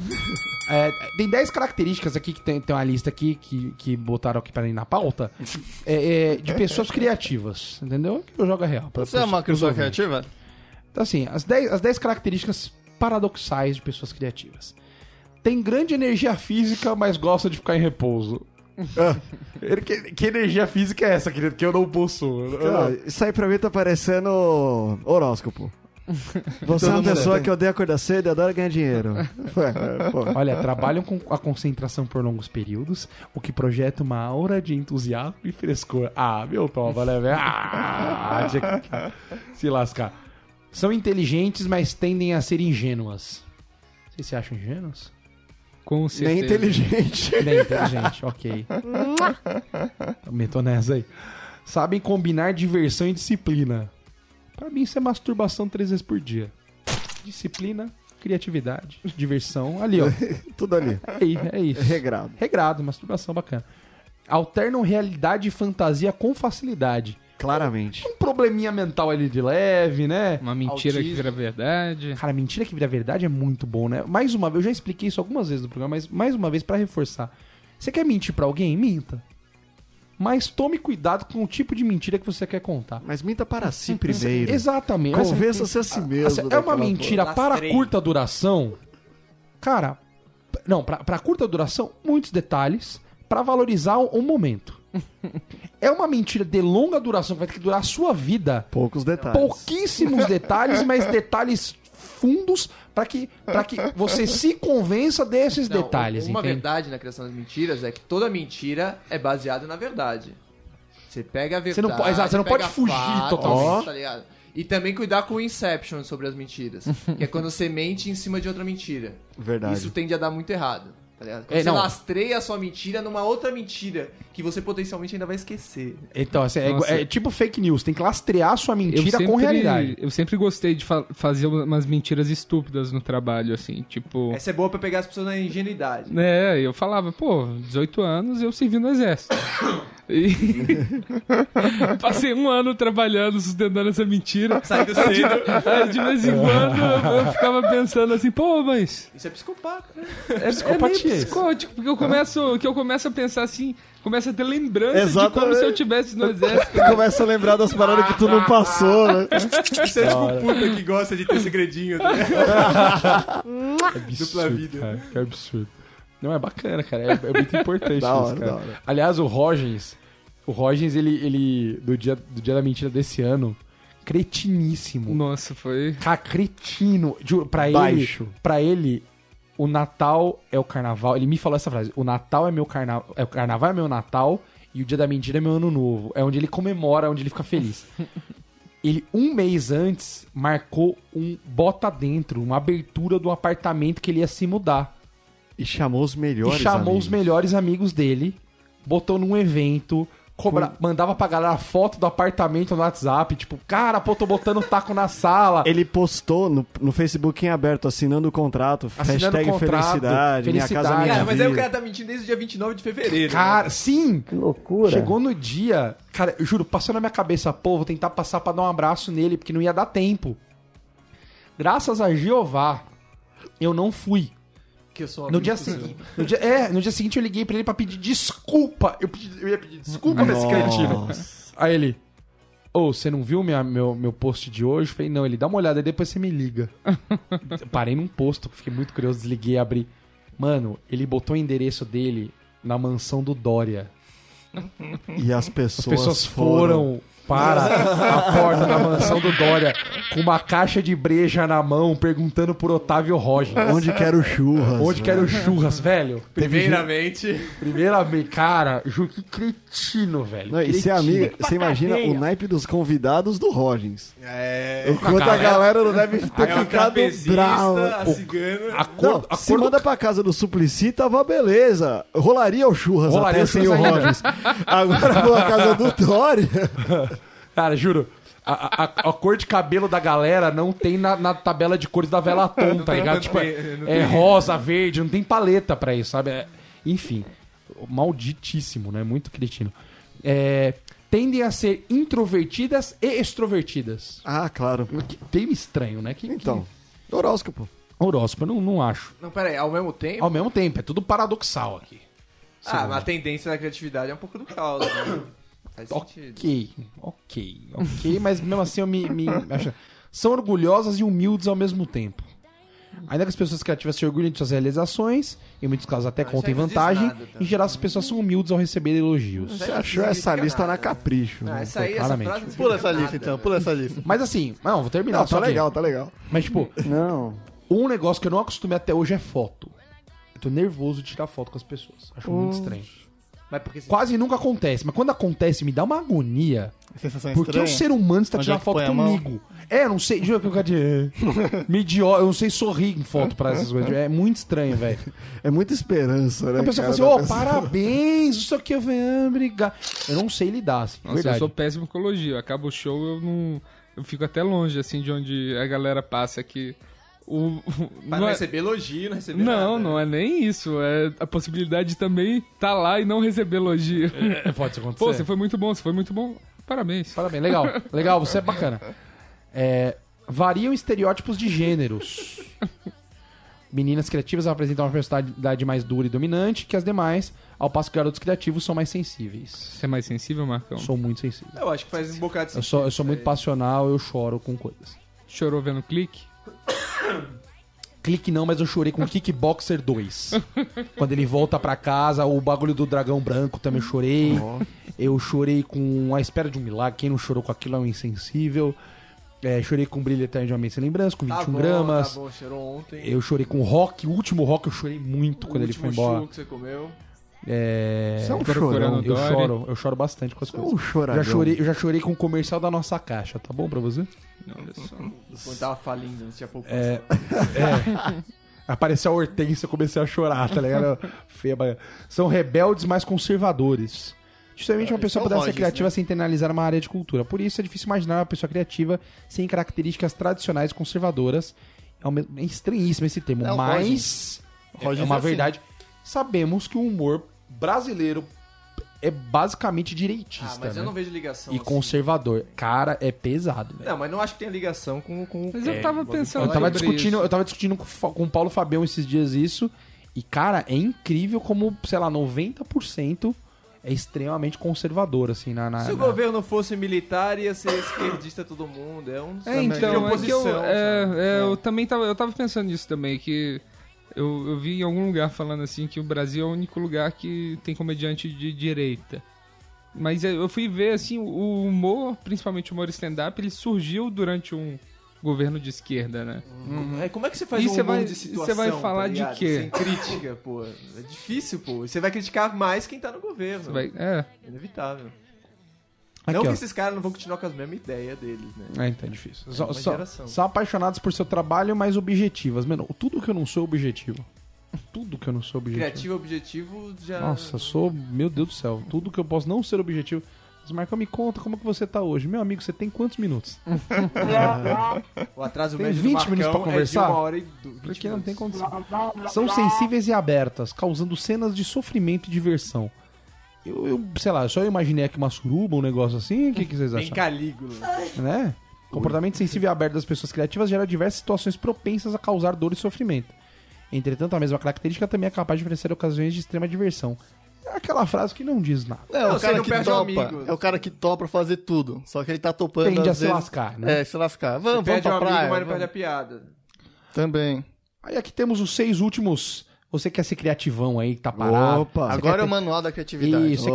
Tem 10 características aqui, que tem uma lista aqui que botaram aqui pra ir na pauta, de pessoas criativas, entendeu? Que eu jogo a real. Você é uma pessoa criativa? Então, assim, as 10 características paradoxais de pessoas criativas. Tem grande energia física, mas gosta de ficar em repouso. Que energia física é essa, querido? Que eu não possuo. Cara, isso aí pra mim tá parecendo horóscopo. Você é uma pessoa que odeia acordar cedo e adora ganhar dinheiro. Pô. Olha, trabalham com a concentração por longos períodos, o que projeta uma aura de entusiasmo e frescor. Ah, meu toma, né, velho? Ah, tinha que se lascar. São inteligentes, mas tendem a ser ingênuas. Vocês se acham ingênuos? Com certeza. Nem inteligente. Bem inteligente, ok. Meto nessa aí. Sabem combinar diversão e disciplina. Pra mim isso é masturbação 3 vezes por dia. Disciplina, criatividade, diversão. Ali, ó. Tudo ali. É isso. Regrado. Regrado, masturbação bacana. Alternam realidade e fantasia com facilidade. Claramente. Um probleminha mental ali de leve, né? Uma mentira que Autismo. vira verdade. Cara, mentira que vira verdade é muito bom, né? Mais uma vez, eu já expliquei isso algumas vezes no programa, mas mais uma vez pra reforçar. Você quer mentir pra alguém? Minta. Mas tome cuidado com o tipo de mentira que você quer contar. Mas minta para si primeiro. Exatamente. Convença-se a si mesmo. É uma daquela mentira porra. para Lastrei. curta duração. Cara, não, pra curta duração, muitos detalhes pra valorizar um momento. É uma mentira de longa duração que vai ter que durar a sua vida. Poucos detalhes. Pouquíssimos detalhes, mas detalhes fundos pra que você se convença desses Não, detalhes. Uma entende? verdade na criação das mentiras é que toda mentira é baseada na verdade. Você pega a verdade. Você não pode- exato, você não pega pode fugir fatos, totalmente. Tá ligado? E também cuidar com o Inception sobre as mentiras. Que é quando você mente em cima de outra mentira. Verdade. Isso tende a dar muito errado. Tá ligado? Quando É, você não. lastreia a sua mentira numa outra mentira que você potencialmente ainda vai esquecer. Então, assim, Nossa. é tipo fake news. Tem que lastrear a sua mentira com realidade. Eu sempre gostei de fazer umas mentiras estúpidas no trabalho, assim, tipo... Essa é boa pra pegar as pessoas na ingenuidade. Eu falava, 18 anos eu servi no exército. E passei 1 ano trabalhando, sustentando essa mentira. Saindo cedo. Aí, de vez em quando eu ficava pensando assim, mas Isso é psicopata, né? é Psicopatia meio isso. psicótico, porque eu começo a pensar assim, começo a ter lembrança de como Exatamente. se eu estivesse no exército. Tu começa a lembrar das paradas que tu não passou, né? Isso é tipo puta que gosta de ter segredinho. Né? Absurdo, Dupla vida. cara, que absurdo. Não, é bacana, cara. É muito importante Da isso, hora, cara. da hora. Aliás, o Rogens, ele do dia da mentira desse ano, cretiníssimo. Nossa, foi... Cara, cretino. Juro, Baixo. Pra ele, o Natal é o carnaval. Ele me falou essa frase. O Natal é meu carnaval. O carnaval é meu Natal e o dia da mentira é meu ano novo. É onde ele comemora, onde ele fica feliz. Ele, um mês antes, marcou um bota dentro, uma abertura do apartamento que ele ia se mudar. E chamou os melhores E chamou amigos. os melhores amigos dele, botou num evento, mandava pra galera foto do apartamento no WhatsApp, tipo, cara, pô, tô botando taco na sala. Ele postou no Facebook em aberto, assinando o contrato, Assinando hashtag o contrato, felicidade, minha casa, minha Cara, mas aí o vida. cara tá mentindo desde o dia 29 de fevereiro. Cara, sim! Que loucura. Chegou no dia, cara, eu juro, passou na minha cabeça, pô, vou tentar passar pra dar um abraço nele, porque não ia dar tempo. Graças a Jeová, eu não fui. Que eu sou um No amigo dia do seu. seguinte, no dia seguinte eu liguei pra ele pra pedir desculpa. Eu ia pedir desculpa pra esse cretino. Aí ele, você não viu meu post de hoje? Eu falei, não. Ele, dá uma olhada aí, depois você me liga. Eu parei num posto, fiquei muito curioso, desliguei, abri. Mano, ele botou o endereço dele na mansão do Dória. E as As pessoas, pessoas foram para a porta da mansão do Dória com uma caixa de breja na mão, perguntando por Otávio Rogens. Onde quero churras? Onde quero churras, velho? Primeiramente. Primeiramente, cara, Ju, que cretino, velho. Não, e Cretino. você imagina o naipe dos convidados do Rogens. É. Enquanto a galera não deve ter É o ficado trapezista, bravo. a cigana. Se manda pra casa do Suplicy, tava beleza. Rolaria o churras Rolaria até o sem o churras ainda. Rogens. Agora pra casa do Dória. Cara, juro, a cor de cabelo da galera não tem na tabela de cores da Velaton, tá ligado? Tipo, é rosa, verde, não tem paleta pra isso, sabe? Enfim, malditíssimo, né? Muito cretino. Tendem a ser introvertidas e extrovertidas. Ah, claro. Que tema estranho, né? Então, horóscopo. Horóscopo, eu não acho. Não, pera aí, ao mesmo tempo. Ao mesmo tempo, é tudo paradoxal aqui. Mas a tendência da criatividade é um pouco do caos, né? Faz sentido. Ok, mas mesmo assim eu me acho. São orgulhosas e humildes ao mesmo tempo. Ainda que as pessoas criativas se orgulhem de suas realizações, em muitos casos até contem isso aí não diz vantagem, nada, tá? em geral as pessoas são humildes ao receber elogios. Você achou essa lista na Capricho. Não, né? essa aí, claramente. essa frase. Pula essa lista, então. Pula essa lista. Mas assim, não, vou terminar. Não, só tá que- legal, tá legal. Mas tipo, Não. um negócio que eu não acostumei até hoje é foto. Eu tô nervoso de tirar foto com as pessoas. Acho muito estranho. Mas porque Quase nunca acontece, mas quando acontece me dá uma agonia. Sensação Porque estranha. o ser humano está Onde tirando é que foto põe a mão? comigo. Eu não sei. Juro que eu quero dizer. Eu não sei sorrir em foto pra essas coisas. É muito estranho, velho. É muita esperança, né? A pessoa cara, fala assim, da pessoa. parabéns, isso aqui eu venho obrigado. Eu não sei lidar, assim. Nossa, verdade. eu sou péssimo com elogio. Acaba o show, eu não. Eu fico até longe, assim, de onde a galera passa aqui. Pra não receber elogio, não receber nada. Não é nem isso. É a possibilidade de também estar lá e não receber elogio. Pode acontecer. Pô, você foi muito bom. Parabéns. Parabéns, legal, você é bacana. Variam estereótipos de gêneros. Meninas criativas apresentam uma personalidade mais dura e dominante que as demais, ao passo que garotos criativos são mais sensíveis. Você é mais sensível, Marcão? Sou muito sensível. Eu acho que faz um bocado de Eu sentido. sou muito passional, eu choro com coisas. Chorou vendo clique? Clique não, mas eu chorei com Kickboxer 2. Quando ele volta pra casa, o bagulho do dragão branco também chorei. Eu chorei com A Espera de um Milagre. Quem não chorou com aquilo é um insensível. Chorei com Brilho Eterno de uma Mente Sem Lembrança, com 21 gramas. Tá bom, chorou ontem. Eu chorei com o Rock, o último Rock eu chorei muito quando ele foi embora. Que você comeu. Você é um Procurando chorão. Eu choro bastante com as Você é coisas. um choragão. Eu já chorei com o comercial da nossa caixa, tá bom pra você? Quando tava falindo, não tinha pouco. Apareceu a Hortência, eu comecei a chorar, tá ligado? Feia, baiana. São rebeldes, mas conservadores. Justamente uma pessoa é o pudesse ser Rogers, criativa sem internalizar uma área de cultura. Por isso é difícil imaginar uma pessoa criativa sem características tradicionais conservadoras. É estranhíssimo esse termo, É o mas Rogers é uma é assim. verdade. Sabemos que o humor brasileiro é basicamente direitista, mas né? eu não vejo ligação. E assim. conservador. Cara, é pesado, velho. Não, mas não acho que tenha ligação com Mas eu tava pensando Eu tava sobre discutindo, isso. eu tava discutindo com o Paulo Fabião esses dias isso. E, cara, é incrível como, sei lá, 90% é extremamente conservador, assim, Se o governo fosse militar, ia ser esquerdista todo mundo. É um Então, de é que eu, oposição. sabe? eu também tava pensando nisso também, que eu vi em algum lugar falando assim que o Brasil é o único lugar que tem comediante de direita. Mas eu fui ver, assim, o humor, principalmente o humor stand-up, ele surgiu durante um governo de esquerda, né? Como é que você faz E um você humor vai- de situação? você vai falar tá de ligado? quê? Sem crítica, pô. É difícil, pô. Você vai criticar mais quem tá no governo. Você vai- É inevitável. Aqui, não ó. que esses caras não vão continuar com as mesmas ideias deles, né? Então é difícil. uma geração. São apaixonados por seu trabalho, mas objetivas. Mano, tudo que eu não sou objetivo. Tudo que eu não sou objetivo. Criativo, objetivo, já... Nossa, eu sou... Meu Deus do céu. Tudo que eu posso não ser objetivo. Mas, Marcão, me conta como que você tá hoje. Meu amigo, você tem quantos minutos? O atraso Tem médio 20 do Marcão minutos pra conversar? É de 1 hora e 20 Porque não tem minutos. condição. São sensíveis e abertas, causando cenas de sofrimento e diversão. Eu sei lá, só imaginei aqui uma suruba, um negócio assim. O que vocês Bem acham? Calígula. Né? Comportamento sensível e aberto das pessoas criativas gera diversas situações propensas a causar dor e sofrimento. Entretanto, a mesma característica também é capaz de oferecer ocasiões de extrema diversão. É aquela frase que não diz nada. É, o Você cara não que perde topa. amigos. É o cara que topa fazer tudo. Só que ele tá topando Tende a às se vezes... lascar, né? É, se lascar. Você Vamos perde pra um praia. amigo, mas não vamos. perde a piada. Também. Aí aqui temos os 6 últimos. Você quer ser criativão aí, que tá parado. Opa. Você Agora quer é o ter- manual da criatividade. Isso,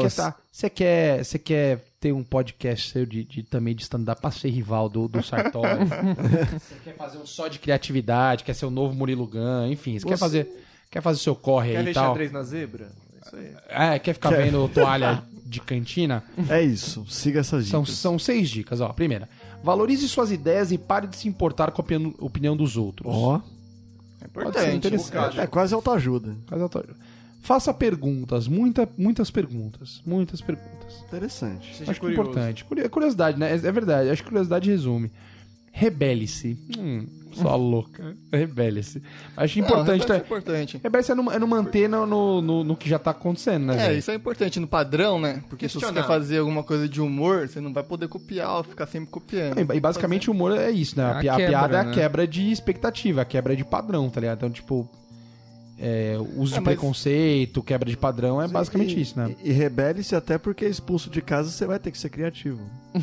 você quer ter um podcast seu também de stand-up pra ser rival do Sartori. Você quer fazer um só de criatividade, quer ser o novo Murilo Gun, enfim, você quer fazer seu corre Quer aí ver e tal. xadrez na zebra? Isso aí. Quer ficar vendo toalha de cantina? É isso, siga essas dicas. São 6 dicas, ó. Primeira, valorize suas ideias e pare de se importar com a opinião dos outros. Ó, É Pode ser importante. interessante. é quase autoajuda. Faça perguntas, muitas perguntas. Interessante. Seja Acho que é curioso. importante. Curiosidade, né? É verdade, acho que curiosidade resume. Rebele-se. Só louca. Rebele-se. Acho importante. Não, é importante. Rebele-se é não manter no que já tá acontecendo, né? É, velho? isso é importante no padrão, né? Porque se você Questionar. quer fazer alguma coisa de humor, você não vai poder copiar ou ficar sempre copiando. E basicamente o humor é isso, né? A quebra, piada é a né? quebra de expectativa, a quebra de padrão, tá ligado? Então, tipo, uso de mas- preconceito, quebra de padrão, é basicamente isso, né? E rebele-se até porque expulso de casa você vai ter que ser criativo.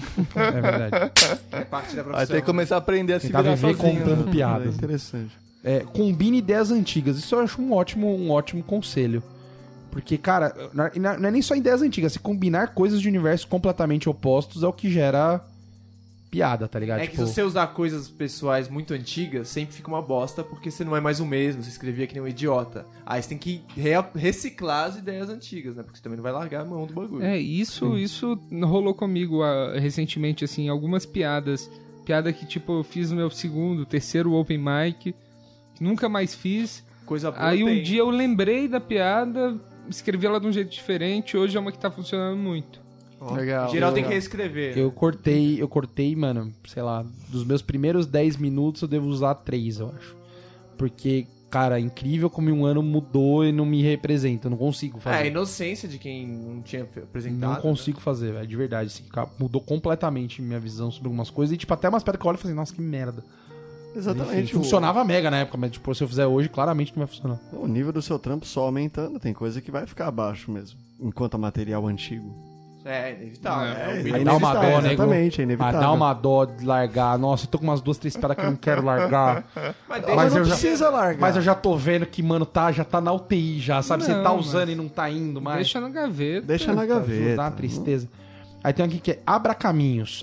É verdade. É parte da Vai profissão. ter que começar a aprender a se Tentar virar viver sozinho. contando né? É piadas. interessante. Combine ideias antigas. Isso eu acho um ótimo conselho. Porque, cara, não é nem só ideias antigas. Se combinar coisas de universos completamente opostos é o que gera piada, tá ligado? É que se você usar coisas pessoais muito antigas, sempre fica uma bosta, porque você não é mais o mesmo, você escrevia que nem um idiota. Aí você tem que reciclar as ideias antigas, né? Porque você também não vai largar a mão do bagulho. Isso rolou comigo recentemente, assim, algumas piadas. Piada que, tipo, eu fiz no meu terceiro open mic, nunca mais fiz. Coisa boa Aí um tem. dia eu lembrei da piada, escrevi ela de um jeito diferente, hoje é uma que tá funcionando muito. Legal. Em geral tem que legal. reescrever. Eu cortei, mano, sei lá, dos meus primeiros 10 minutos eu devo usar 3, eu acho. Porque, cara, é incrível como em um ano mudou e não me representa. Eu não consigo É, a fazer. inocência de quem não tinha apresentado. Não consigo fazer, velho, de verdade. Assim, mudou completamente minha visão sobre algumas coisas. E, tipo, até umas pedras que eu olho e falei, nossa, que merda. Exatamente. Enfim, funcionava mega na época, mas, tipo, se eu fizer hoje, claramente não vai funcionar. O nível do seu trampo só aumentando. Tem coisa que vai ficar abaixo mesmo. Enquanto a material antigo. É, inevitável. É, né? Aí dá uma dó, inevitável, nego. exatamente, é inevitável. Dá uma dó de largar. Nossa, eu tô com umas 2, 3 pedras que eu não quero largar. Mas, Mas não eu já- precisa largar. Mas eu já tô vendo que, mano, já tá na UTI já, sabe? Você Não, tá mas- usando e não tá indo mais. Deixa na gaveta. Deixa na gaveta. Dá uma tristeza. Aí tem aqui que é abra caminhos.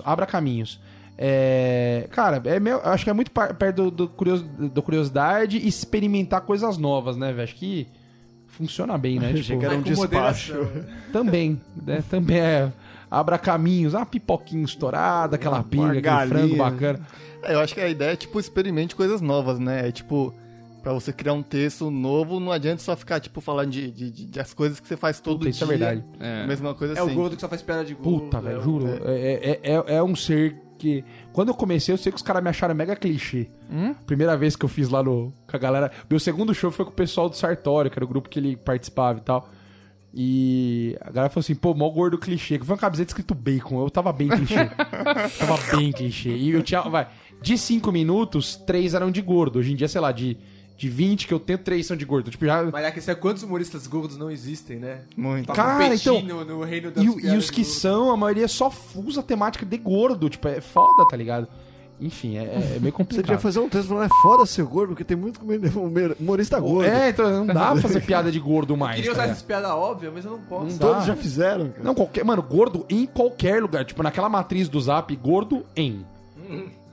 Cara, acho que é muito perto do curiosidade e experimentar coisas novas, né, velho? Acho que funciona bem, né? Achei que era um com despacho. moderação. Também, né? Também é abra caminhos, uma pipoquinha estourada, aquela pinga, aquele galinha. frango bacana. É, eu acho que a ideia é, tipo, experimente coisas novas, né? É, tipo, pra você criar um texto novo, não adianta só ficar, tipo, falando de as coisas que você faz todo Puta, dia. isso é verdade. Mesma coisa É assim. o gordo que só faz piada de gordo. Puta, velho, é o- juro. É um ser que... Quando eu comecei, eu sei que os caras me acharam mega clichê. Primeira vez que eu fiz lá com a galera... Meu segundo show foi com o pessoal do Sartório, que era o grupo que ele participava e tal. E a galera falou assim, pô, mó gordo clichê. Que foi uma camiseta escrito bacon. Eu tava bem clichê. E eu tinha... de 5 minutos, 3 eram de gordo. Hoje em dia, sei lá, de 20 que eu tenho, 3 são de gordo. Tipo, já... Mas a questão é quantos humoristas gordos não existem, né? Muito. Pra Cara, competir então, no reino das E piadas os que de gordo. são, a maioria só usa a temática de gordo. Tipo, é foda, tá ligado? Enfim, é meio Você complicado. devia fazer um texto falando, é foda ser gordo, porque tem muito humorista gordo. Então não dá pra fazer piada de gordo mais. Queria tá usar ligado? essas piadas óbvias, mas eu não posso. Não Todos dá. já fizeram, cara. Não, mano, gordo em qualquer lugar. Tipo, naquela matriz do Zap, gordo em.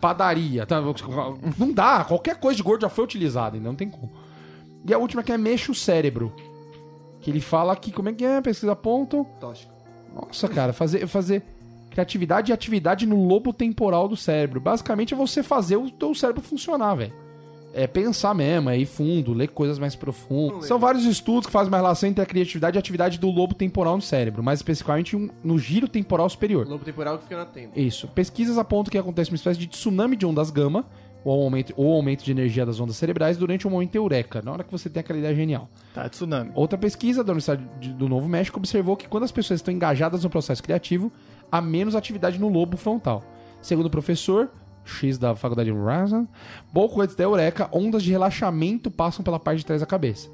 padaria. Tá? Não dá, qualquer coisa de gordo já foi utilizada, ainda não tem como. E a última que é mexa o cérebro. Que ele fala que, como é que é? Pesquisa apontam. Tóxico. Nossa, cara, fazer criatividade e atividade no lobo temporal do cérebro. Basicamente é você fazer o teu cérebro funcionar, velho. É pensar mesmo, é ir fundo, ler coisas mais profundas. São vários estudos que fazem uma relação entre a criatividade e a atividade do lobo temporal no cérebro, mais especificamente no giro temporal superior. O lobo temporal que fica na tenda. Isso. Pesquisas apontam que acontece uma espécie de tsunami de ondas gama, ou aumento de energia das ondas cerebrais durante um momento eureka, na hora que você tem aquela ideia genial. Tá, tsunami. Outra pesquisa da Universidade do Novo México observou que quando as pessoas estão engajadas no processo criativo, há menos atividade no lobo frontal. Segundo o professor X da faculdade de Rasen, pouco antes da eureka, ondas de relaxamento passam pela parte de trás da cabeça.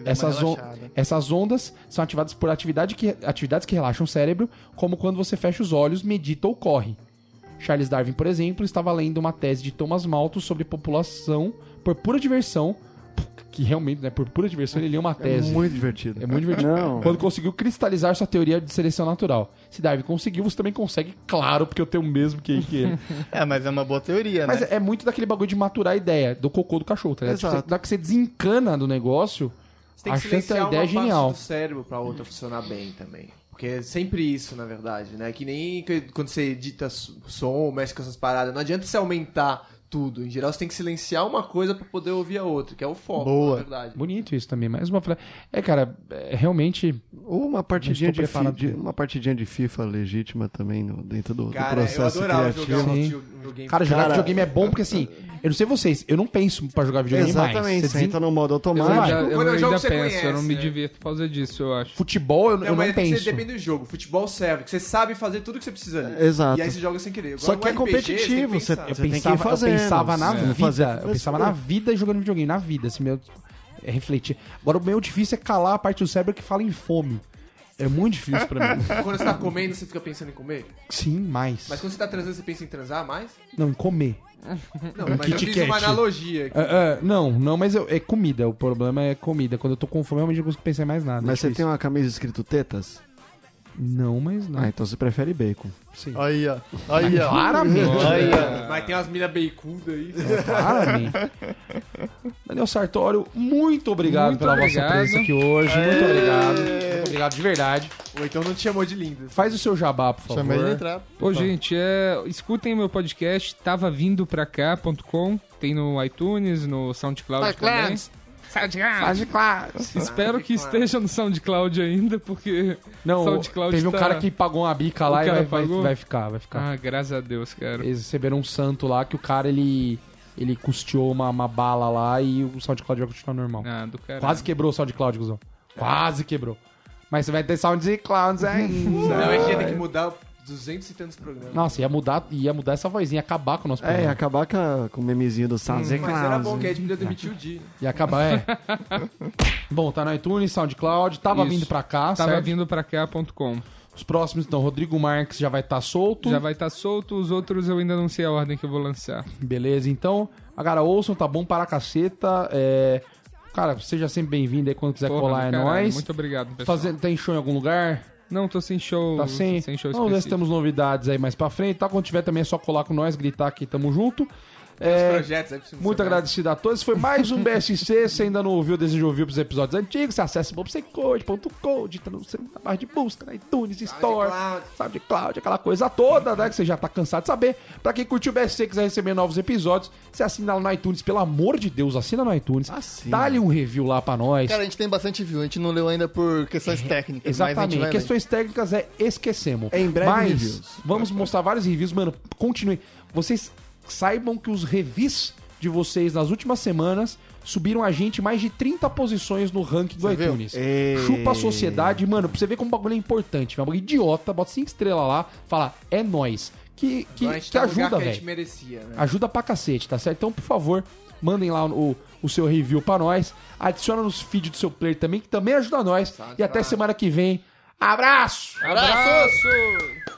Essas ondas são ativadas por atividades que relaxam o cérebro, como quando você fecha os olhos, medita ou corre. Charles Darwin, por exemplo, estava lendo uma tese de Thomas Malthus sobre população por pura diversão, que realmente, né, por pura diversão, ele lia uma tese. É muito divertido. É muito divertido. Não. Quando conseguiu cristalizar sua teoria de seleção natural. Se Darwin conseguiu, você também consegue, claro, porque eu tenho o mesmo que ele. Mas é uma boa teoria, Mas né? é muito daquele bagulho de maturar a ideia do cocô do cachorro, tá ligado? Exato. Tipo, na que você desencana do negócio, Você tem que a chance da silenciar ideia é uma genial. parte do cérebro pra outra funcionar bem também. Porque é sempre isso, na verdade, né? Que nem quando você edita som, mexe com essas paradas. Não adianta você aumentar tudo. Em geral, você tem que silenciar uma coisa pra poder ouvir a outra, que é o foco, Boa. na verdade. Bonito isso também, mas uma cara, realmente Ou uma partidinha, Não estou preparado. uma partidinha de FIFA legítima também dentro do Cara, processo eu adorava criativo. jogar um Sim. videogame. Cara, jogar Cara, videogame é bom porque assim, eu não sei vocês, eu não penso pra jogar videogame mais. Exatamente, você entra no modo Eu automático. ainda, Quando eu jogo, ainda você penso, conhece, eu não me né? divirto por causa disso, eu acho. Futebol eu não mas penso. depende do jogo. Futebol serve, que você sabe fazer tudo que você precisa ali. Exato. E aí você joga sem querer. Agora, Só que um é RPG, competitivo, você você- tem que Eu pensar. tem que ir pensava, fazendo. eu pensava na É. vida, Fazer- eu pensava na vida jogando videogame, na vida, assim, meu, é refletir. Agora o meu difícil é calar a parte do cérebro que fala em fome. É muito difícil pra mim. Quando você tá comendo, você fica pensando em comer? Sim, mais. Mas quando você tá transando, você pensa em transar mais? Não, em comer. Não, mas eu Kit fiz uma Kat. analogia aqui. Não, mas é comida. O problema é comida. Quando eu tô com fome, eu realmente não consigo pensar em mais nada. Mas é você difícil. tem uma camisa escrito tetas? Não, mas não. Ah, então você prefere bacon. Sim. Aí, ó. Aí, ó. Claramente. Aí, ó. Mas tem umas minas beicudas aí. Claramente. Daniel Sartório, muito obrigado Muito pela obrigado. vossa presença aqui hoje. Muito obrigado. Muito obrigado de verdade. Ou então não te chamou de linda. Faz o seu jabá, por favor. Chamei ele entrar. Pô, gente, escutem meu podcast, tavavindopracá.com, tem no iTunes, no SoundCloud também. SoundCloud. Espero que esteja no SoundCloud ainda, porque Não, SoundCloud teve um tá- cara que pagou uma bica O lá e cara vai pagou? ficar. Ah, graças a Deus, cara. Eles receberam um santo lá que o cara, ele custeou uma bala lá e o SoundCloud vai continuar normal. Ah, do caralho. Quase quebrou o SoundCloud, cuzão. Quase quebrou. Mas você vai ter SoundCloud ainda. Não, a gente ia ter que mudar 200 e tantos programas. Nossa, ia mudar essa vozinha, acabar com o nosso É, programa. acabar com o memezinho do Sounds Mas era bom, que a gente podia demitir o Di. Ia acabar, Bom, tá no iTunes, SoundCloud, tava Isso. vindo pra cá, certo? Tavavindopracá.com. Os próximos, então, Rodrigo Marques já vai estar solto. Já vai estar solto, os outros eu ainda não sei a ordem que eu vou lançar. Beleza, então, agora ouçam, tá bom para a caceta. Cara, seja sempre bem-vindo aí quando quiser Porra, colar, é do caralho, nóis. Muito obrigado, pessoal. Tem show em algum lugar? Não, tô sem show. Tá sem? Sem show Então, nós específico. temos novidades aí mais pra frente, tá? Quando tiver também é só colar com nós, gritar que tamo junto. Os projetos aí pra você Muito agradecido a todos. Esse foi mais um BSC. Se ainda não ouviu, deseja ouvir os episódios antigos, você acessa bobsecode.com, digita na barra de busca, na iTunes Store, SoundCloud, aquela coisa toda, né? Que você já tá cansado de saber. Pra quem curtiu o BSC e quiser receber novos episódios, você assina lá no iTunes, pelo amor de Deus, assina no iTunes. Dá-lhe um review lá pra nós. Cara, a gente tem bastante view, a gente não leu ainda por questões técnicas. Mas a gente Exatamente. vai Questões técnicas esquecemos. Em breve, Mas reviews. vamos mostrar vários reviews, mano. Continue. Vocês saibam que os reviews de vocês nas últimas semanas subiram a gente mais de 30 posições no ranking do Você viu? iTunes. Ei. Chupa a sociedade, mano, pra você ver como o bagulho é importante. É um bagulho idiota, bota 5 estrelas lá, fala, é nóis. Que Agora a gente tá no lugar ajuda, que a gente velho. merecia, né? Ajuda pra cacete, tá certo? Então, por favor, mandem lá o seu review pra nós. Adiciona nos feeds do seu player também, que também ajuda nós. E até semana que vem. Abraço! Abraços!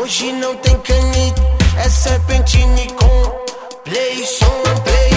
Hoje não tem canito, é serpentine com play, som, play.